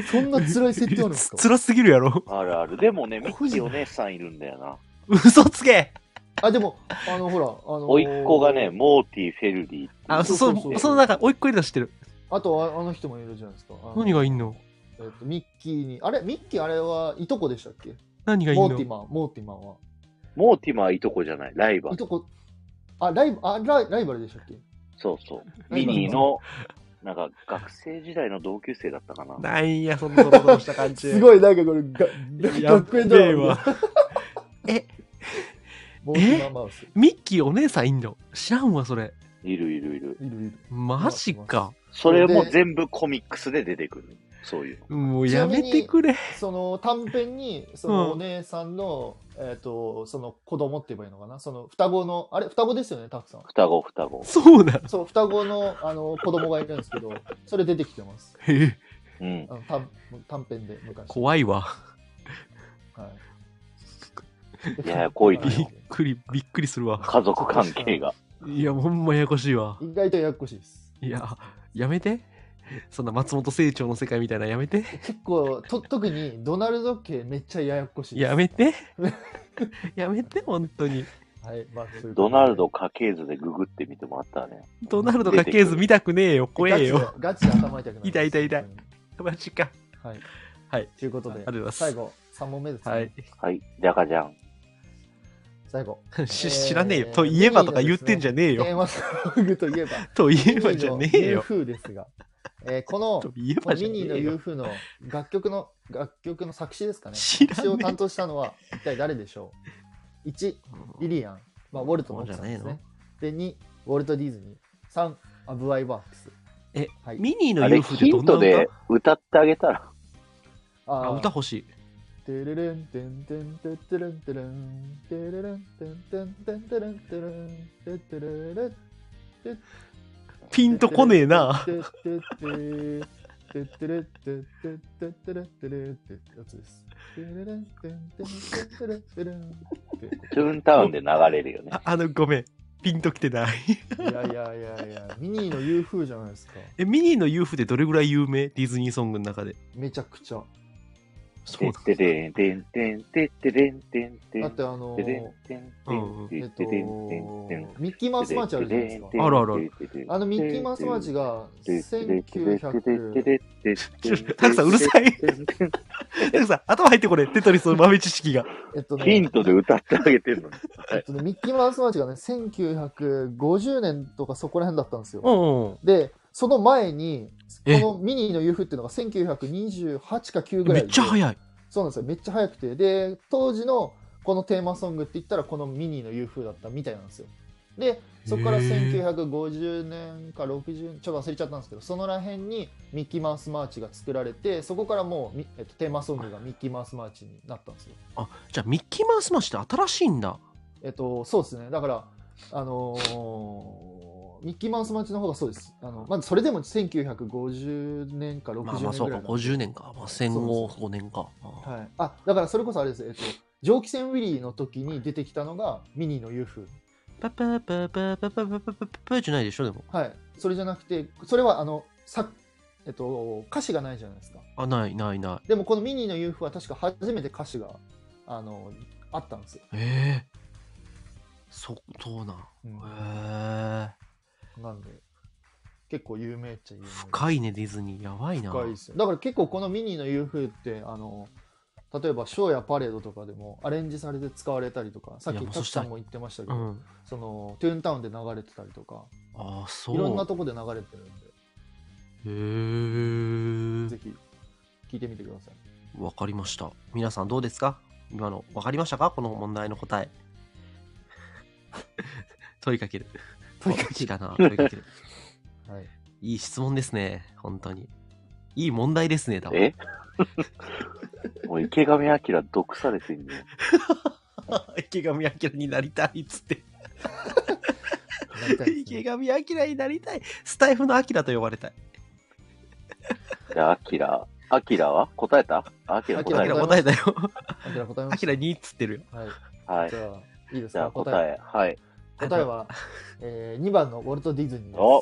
そんな辛い設定あるんですか？ 辛すぎるやろ。 あるある。でもね、ミッキーお姉さんいるんだよな。 嘘つけ。 あ、でも、あの、ほら、あのー、 甥っ子がね、モーティ・フェルディ。 あ、そうそう、その中、甥っ子いるの知ってる。 あとあ、あの人もいるじゃないですか。 何がいんの？ えっと、ミッキーに、あれミッキーあれはいとこでしたっけ？ 何がいんの？ モーティマン、モーティマンは。 モーティマンはいとこじゃない、ライバル。 いとこ、あ、ライバあライライバルでしたっけ？ そうそう。ミニーの、なんか、学生時代の同級生だったかな。 なんや、そんなドロドロした感じ。 すごい、なんかこれ、が学園ドラマ。 えモーティマンマウス。 ミッキーお姉さんいんの？知らんわ、それ。 いるいるいる。 いるいる。 マジか。 それも全部コミックスで出てくる。そういう。 もうやめてくれ。 その短編に、そのお姉さんの、うん、えっ、ー、と、その子供って言えばいいのかな、その双子の、あれ双子ですよね、たくさん。 双子、双子。 そうだ。 そう、双子の、あの、子供がいるんですけど、それ出てきてます。 へえ。うん。 あの短短編で昔。 怖いわ。 はい。 いや、怖いびっくり、びっくりするわ。 家族関係が。 いや、ほんまややこしいわ。 意外とややこしいです。 いや、やめて。そんな松本清張の世界みたいなやめて。 結構、と特にドナルド系めっちゃややこしいです。 やめて。やめて、本当に。 はい、まあ、ううドナルド家系図でググってみてもらったらね。 ドナルド家系図見たくねえよ、怖えよ。 ガチで頭痛くなる。 痛い痛い痛い。マジか。 はい。 はい。 ということで、最後、さん問目ですね。 はい。 はい、じゃかじゃん。 最後。 知らねえよ。といえばとか言ってんじゃねえよ。 テーマソングといえば。 といえばじゃねえよ。 ユーフーですが、えー、このミニーの ユーフー の楽曲の楽曲の作詞ですかね。作詞を担当したのは一体誰でしょう？ いち、リリアン、まあ、ウォルトの奥さんですね。で、に、ウォルト・ディズニー。さん、アブ・アイ・ワークス。 え、 はい、 ミニーの ユーフー ってどんな歌？ ヒントで歌ってあげたら。 あ、歌欲しい。 テレレンテンテンテテレンテレンテレレンテンテンテンテレンテレンテテレレテピンとこねえな。 テテテテテレテテテテレテレってやつです。テレレンテンテンテレテレントゥーンタウンで流れるよね。 あ, あのごめん。ピンときてない。 いやいやいやいや、ミニーの ユーフー じゃないですか。 え、ミニーの ユーフー ってどれぐらい有名？ディズニーソングの中で。 めちゃくちゃ。 そうだ。 てててんてんてててんてんてん。 だってあのー、えっと、ミッキーマウスマーチあるじゃないですか。 あるあるある。 あのミッキーマウスマーチがせんきゅうひゃく。 タクさんうるさい。タクさん頭入ってこれ。テトリスの豆知識が。 えっとね、 ヒントで歌ってあげてるの。 えっとね、ミッキーマウスマーチがね、せんきゅうひゃくごじゅうねんとかそこら辺だったんですよ。 うんうん、 で、 その前にこのミニーの ユーエフ っていうのがせんきゅうひゃくにじゅうはちかきゅうぐらいでめっちゃ早い。 そうなんですよ、めっちゃ早くて、で当時のこのテーマソングって言ったらこのミニーの ユーエフ だったみたいなんですよ。でそこからせんきゅうひゃくごじゅうねんかろくじゅうねんちょっと忘れちゃったんですけど、そのらへんにミッキーマウスマーチが作られて、そこからもう、えっと、テーマソングがミッキーマウスマーチになったんですよ。 あ、じゃあミッキーマウスマーチって新しいんだ。 えっとそうですね、だからあのー、ミッキーマウスマーチの方がそうです。あのまずそれでもせんきゅうひゃくごじゅうねんかろくじゅうねんぐらい、 まあまあそうか、ごじゅうねんか、まあ、戦後ごねんか。 はい、あだからそれこそあれです、えっと、蒸気船ウィリーの時に出てきたのがミニーの ユーエフ。 パパパパパパパパパパじゃないでしょでも。 はい、それじゃなくて、それはあのさ、えっと、歌詞がないじゃないですか。 あ、ないないない。 でもこのミニーの ユーエフ は確か初めて歌詞があのあったんですよ。 ええー、そそうなん。 うん、 へえ。 なんで結構有名っちゃ有名。 深いねディズニー、やばいな。 深いですよ。だから結構このミニーの ユーエフ ってあの例えばショーやパレードとかでもアレンジされて使われたりとか、さっきタクさんも言ってましたけど、うん、そのトゥーンタウンで流れてたりとか、 あそういろんなとこで流れてるんで、へえ、ぜひ聞いてみてください。 わかりました。皆さんどうですか？今のわかりましたか？この問題の答え。問いかける。問いかけるかな。問いかける。はい。いい質問ですね。本当に。いい問題ですね。多分。 え？もう池上彰毒されてんね。 池上彰になりたいっつって。ね、池上彰になりたい。スタイフの彰と呼ばれたい。 じゃあ、彰。彰は答えた？彰答えた。 答えたよ。 彰答えました。 彰にっつってるよ。 はい。 はい。 じゃあ、いいですか？ じゃあ答え。はい。 答えは、えー、にばんのウォルト・ディズニーです。 お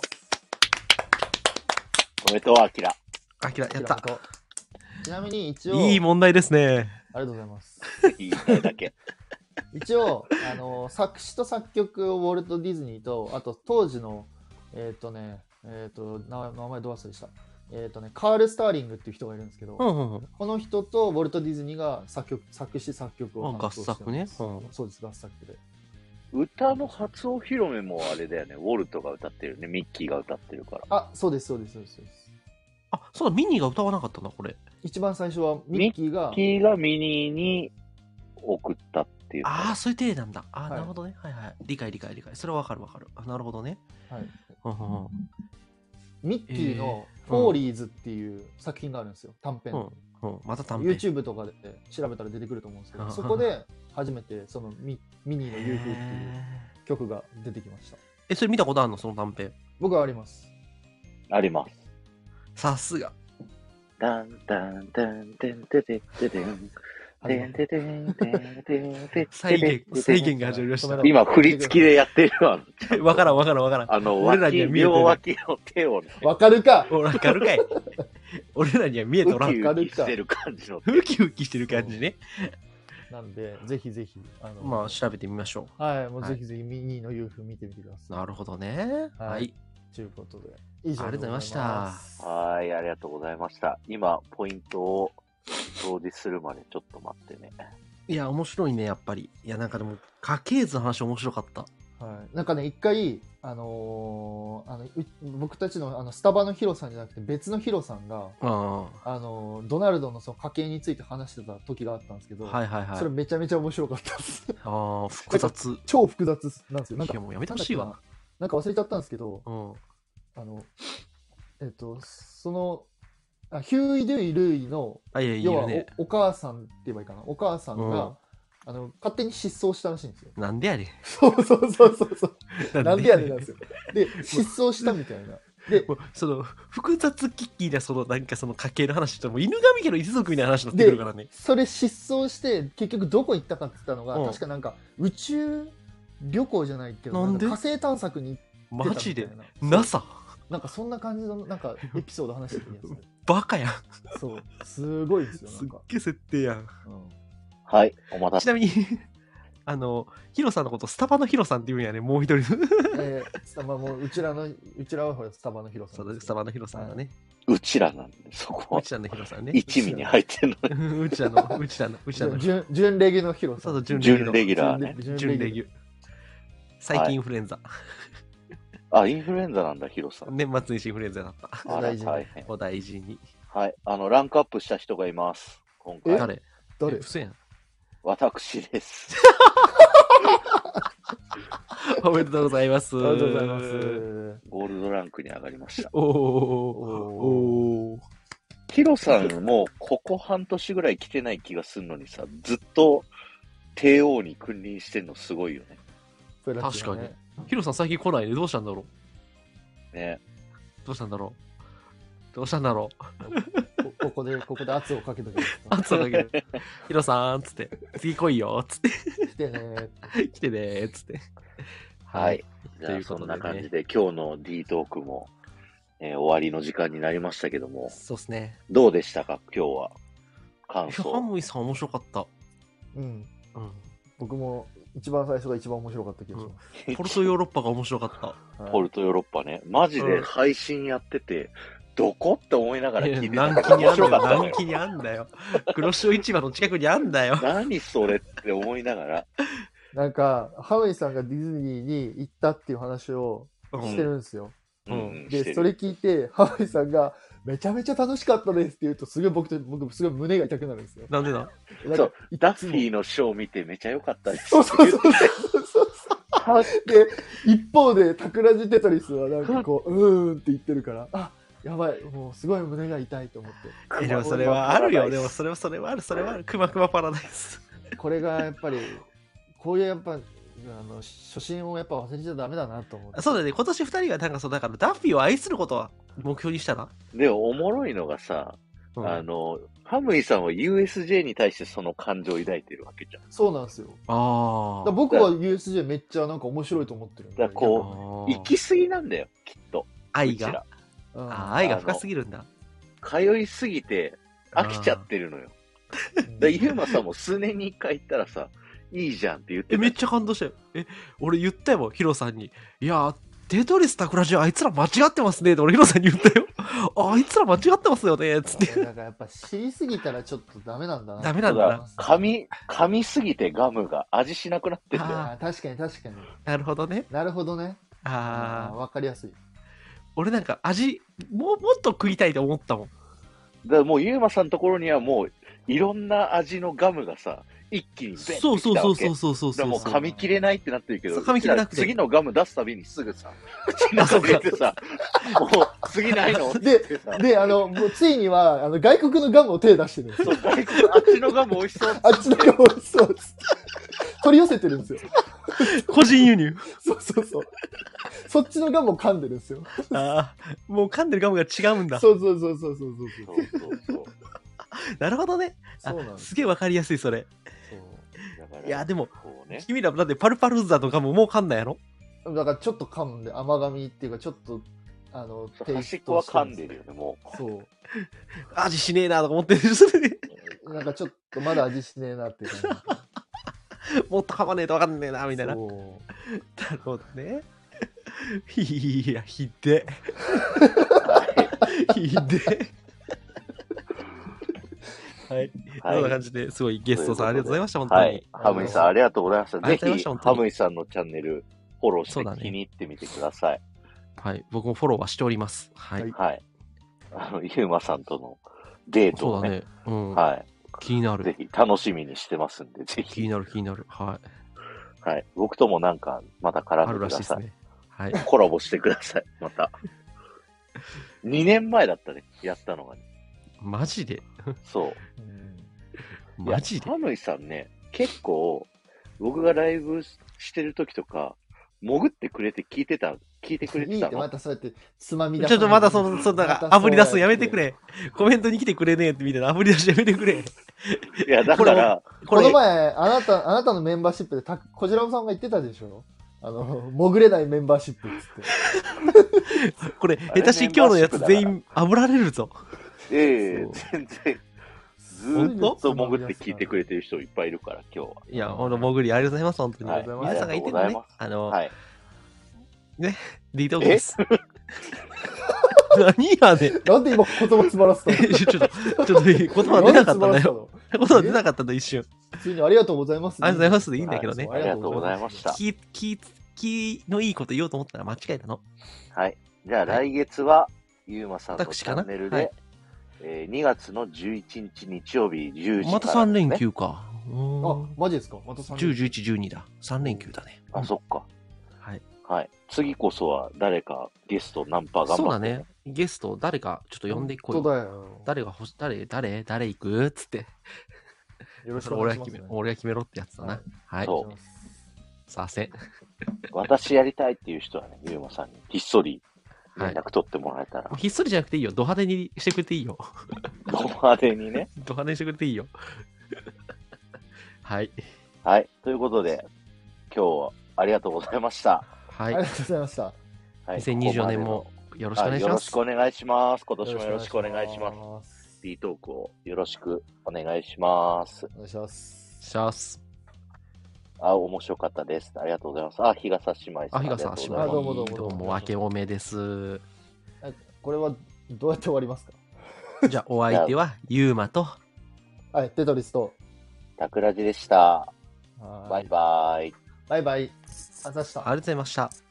おめでとう、彰。 彰、やった。 ちなみに一応。 いい問題ですね。 ありがとうございます。 いい問題だけ。 一応、あの、作詞と作曲をウォルト・ディズニーと、あと当時の、えっ、ー、とね、えっ、ー、と、名前どう忘れした。えっ、ー、とね、カール・スターリングっていう人がいるんですけど、 うんうんうん、 この人とウォルト・ディズニーが作曲作詞作曲を担当してます。合作ね、 うん。そうです、合作で。 歌の初お披露目もあれだよね、ウォルトが歌ってるね、ミッキーが歌ってるから。 あ、そうです、そうです、そうです。そうです。 あ、そうだ、ミニーが歌わなかったんだ、これ。 一番最初はミッキーが。 ミッキーがミニーに送ったっていう。 ああ、そういう体なんだ。あ、はい、なるほどね。はいはい。理解理解理解。それはわかるわかる。あ、なるほどね。はい。 ミッキーのフォーリーズっていう作品があるんですよ、短編。 うんうん、また短編。 YouTube とかで調べたら出てくると思うんですけど、そこで初めてその ミ, ミニーの ユーエフ っていう曲が出てきました。 え、それ見たことあるの？その短編。 僕はあります。 あります。 さすが。 ダンダンダンデンデデデデン。デンデデンデンデンデン。 再現、再現が始まりました。 今、振り付きでやってるわ。 わからんわからんわからん。 あの、俺らには見えてる。両脇の手をね。 わかるかわかるかい。俺らには見えておらん。 ウキウキしてる感じの。 ウキウキしてる感じね。 なんで、ぜひぜひ。 あのまあ、調べてみましょう。はい、もうぜひぜひミニーの ユーエフ 見てみてください。 なるほどね。はい。 ということで。以上ありがとうございました。 はい、ありがとうございました。今、ポイントを表示するまでちょっと待ってね。 いや、面白いね、やっぱり。いや、なんかでも、家系図の話面白かった。 はい。なんかね、一回、あのー、あの僕たちのあのスタバのヒロさんじゃなくて別のヒロさんが、ああのー、ドナルドのその家系について話してた時があったんですけど、 はいはいはい、 それめちゃめちゃ面白かったです。 ああ、複雑。 超複雑なんですよ。なんかいや、もうやめてほしいわ。 なんか忘れちゃったんですけど、 うん、 あの、えっと、その、あヒューイ・ドゥイ・ルイの、 あいやいや要は お,、 ね、 お母さんって言えばいいかな、お母さんが、うんあの勝手に失踪したらしいんですよ。 なんでやねん。 そうそうそうそうそう。なんでやねんなんですよ。で失踪したみたいな。でその複雑キッキーなそのなんかその家系の話とも犬神家の一族みたいな話になってくるからね。 それ失踪して結局どこ行ったかって言ったのが、うん、確かなんか宇宙旅行じゃないけどなんで火星探索に行ってたみたいな。マジで ナサ？ なんかそんな感じのなんかエピソード話してるやつ。 バカやん。 そうすごいですよ。なんかすっげえ設定やん。うんはい、お待たせ。 ちなみにあのヒロさんのことスタバのヒロさんって言うんやね、もう一人。 えー、スタバもううちらのうちらはほらスタバのヒロさん、 そうスタバのヒロさんがね。 うちらなんでそこは。 うちらのヒロさんね。 一味に入ってるの。うちらのうちらのうちらの。 準準レギュのヒロさん。 そうそう準レギュラーね。 準レギュ。最近インフルエンザ。 あ、インフルエンザなんだ、ヒロさん。 年末にインフルエンザだった。 あら、大変。 お大事に。 はい。あの、ランクアップした人がいます。今回。 誰誰嘘やん。 私です。 おめでとうございます。 ありがとうございます。 ゴールドランクに上がりました。 おーおー。 ヒロさんもここ半年ぐらい来てない気がするのにさ、ずっと帝王に君臨してんのすごいよね。 確かに。ヒロさん最近来ないね。どうしたんだろう。ね。 どうしたんだろう。どうしたんだろう。こ, ここで、ここで圧をかけとけ。 圧をかける。ヒロさん、つって、次来いよ、つって。 来てね来てねつって。 はい。じゃあ、そんな感じで、今日の D トークも、えー、終わりの時間になりましたけども。 そうですね。 どうでしたか、今日は。感想。 ハムイさん面白かった。 うん。うん。僕も、一番最初が一番面白かった気がします。 うん、ポルトヨーロッパが面白かった。 はい、ポルトヨーロッパね。マジで配信やってて、うん、どこって思いながら聞いてた。 南紀にあんだよ。南紀にあんだよ。黒潮市場の近くにあんだよ。 何それって思いながら。 なんか、ハムイさんがディズニーに行ったっていう話をしてるんですよ。 うんうん、 で、それ聞いて、ハムイさんが、めちゃめちゃ楽しかったですって言うと、すごい僕と、僕すごい胸が痛くなるんですよ。 なんでだそう、ダッフィーのショーを見てめちゃ良かったです。 そうそうそうそうで、一方で、タクラジテトリスはなんかこう、うーんって言ってるから、あ、やばい、もうすごい胸が痛いと思って。 え、でもそれはあるよ。でもそれはそれはある、それはある。クマクマパラダイス。 これがやっぱり、こういうやっぱ、あの初心をやっぱ忘れちゃダメだなと思って。 そうだね、今年ふたりがなんかそう、だからダッフィーを愛することは目標にしたら。 でもおもろいのがさ、うん、あの、ハムイさんは ユーエスジェー に対してその感情を抱いてるわけじゃん。 そうなんですよ。 ああ。 僕は ユーエスジェー めっちゃなんか面白いと思ってるんだ。だからこう、行き過ぎなんだよ、きっと。 愛が。うん、あ愛が深すぎるんだ。 通いすぎて飽きちゃってるのよ。だユーマさんも数年に一回行ったらさ、いいじゃんって言ってた。 え、めっちゃ感動したよ。え、俺言ったよ、ヒロさんに。いやー、テトリスタクラジオあいつら間違ってますねって俺ヒロさんに言ったよ。あいつら間違ってますよねつって。 だからやっぱ知りすぎたらちょっとダメなんだな。 ダメなんだな。 噛み、噛みすぎてガムが味しなくなってんだよ。 ああ、確かに確かに。 なるほどね。 なるほどね。 ああ、 わかりやすい。 俺なんか味、もうもっと食いたいと思ったもん。 だからもうユーマさんのところにはもういろんな味のガムがさ、一気にベッてきたわけ。 そうそうそうそうそうそう。 もう噛み切れないってなってるけど、 噛み切れなくて次のガム出すたびにすぐさ、口の中入れてさ、もう次ないので、で、あの、もうついには、あの、外国のガムを手出してるんですよ。そう、外国、あっちのガム美味しそう。 あっちのガム美味しそうです。取り寄せてるんですよ。 個人輸入。 そうそうそう。そっちのガムを噛んでるんですよ。 ああ、もう噛んでるガムが違うんだ。 そうそうそうそうそうそうそうそうそう。 なるほどね。 そうなんです。 すげえわかりやすい、それ。いや、でも、 ね、 君らだってパルパルーザのガムもう噛んだやろ。 だからちょっと噛んで、甘噛みっていうか、ちょっと、あの、 端っこは噛んでるよね、もう。そう。 味しねえなとか思ってるそれで。 なんかちょっとまだ味しねえなって感じ。 もっと噛まねえとわかんねえな、みたいな。なるほどね。いや、ひで。ひで。はい。はい、そんな感じですごいゲストさんありがとうございました、本当に。はい。 ハムイさんありがとうございました。ぜひ、ハムイさんのチャンネルフォローして気に入ってみてください。 はい。僕もフォローはしております。はい。 はい。あの、ユーマさんとのデートをね。 そうだね。うん。 はい。 気になる。 ぜひ楽しみにしてますんで、ぜひ。 気になる、気になる。はい。 はい。僕ともなんか、また絡んでください。あるらしいですね。はい。コラボしてください、また。にねんまえだったね、やったのがね。 マジでそう。 マジでハムイさんね、結構、僕がライブしてる時とか、潜ってくれて聞いてた、聞いてくれてたの。いいってまたそうやってつまみ出す。 ちょっとまだその、そんな、炙り出すのやめてくれ。コメントに来てくれねえってみたいな炙り出しやめてくれ。 いや、だから、 この前、あなた、あなたのメンバーシップでた、こじらぼさんが言ってたでしょ。あの、潜れないメンバーシップっつって。これ、下手し今日のやつ全員炙られるぞ。 ええ全然。ずーっと潜って聞いてくれてる人いっぱいいるから、今日は。 いや、ほんと、潜りありがとうございます、本当に。はい、皆さんがいてるね。あの、はい、ね、D トークです。何やねん。 なんで今言葉詰まらせたのちょっと、ちょっと言葉出なかったんだよ。言葉出なかったんだ、一瞬。 普通にありがとうございます。 ありがとうございますでいいんだけどね。 ありがとうございました。 気、気、 きのいいこと言おうと思ったら間違えたの。 はい。じゃあ来月は、ゆうまさんのチ私かなャンネルで、 はいえーにがつのじゅういちにち日曜日じゅうじからです、ね。 またさん連休か。うーあん、 マジですか？またさんじゅう、じゅういち、じゅうにだ。さん連休だね。 あ、そっか。 はい。 はい。次こそは誰かゲストナンパ頑張って、 そうだね。ゲスト、誰かちょっと呼んでいこうよ。 本当だよ。 誰が欲し、誰、誰、誰行くっつって。 よろしそれ俺が決め、 くお願いします、ね。 俺が決めろってやつだな。はい。 そうお願いしますさせん。 私やりたいっていう人はね、ゆうまさんにひっそりはい。 連絡取ってもらえたら、 ひっそりじゃなくていいよ。ド派手にしてくれていいよ。 ド派手にね。 ド派手にしてくれていいよ。はい。 はい。ということで、今日はありがとうございました。 はい。 ありがとうございました。 はい、 にせんにじゅうよねんもよろしくお願いします。 よろしくお願いします。今年もよろしくお願いします。 す。 B トークをよろしくお願いします。 お願いします。 します。 あ、面白かったです。ありがとうございます。あ、日傘姉妹さん。 あ、日傘姉妹。 ありがとうございますあどうもどうもどうも、明けおめです。 えこれはどうやって終わりますか？ じゃあ、お相手は、ゆうまと、 はい、テトリスと。 タクラジでした。 はいバイバイ。 バイバイ。あざした。 ありがとうございました。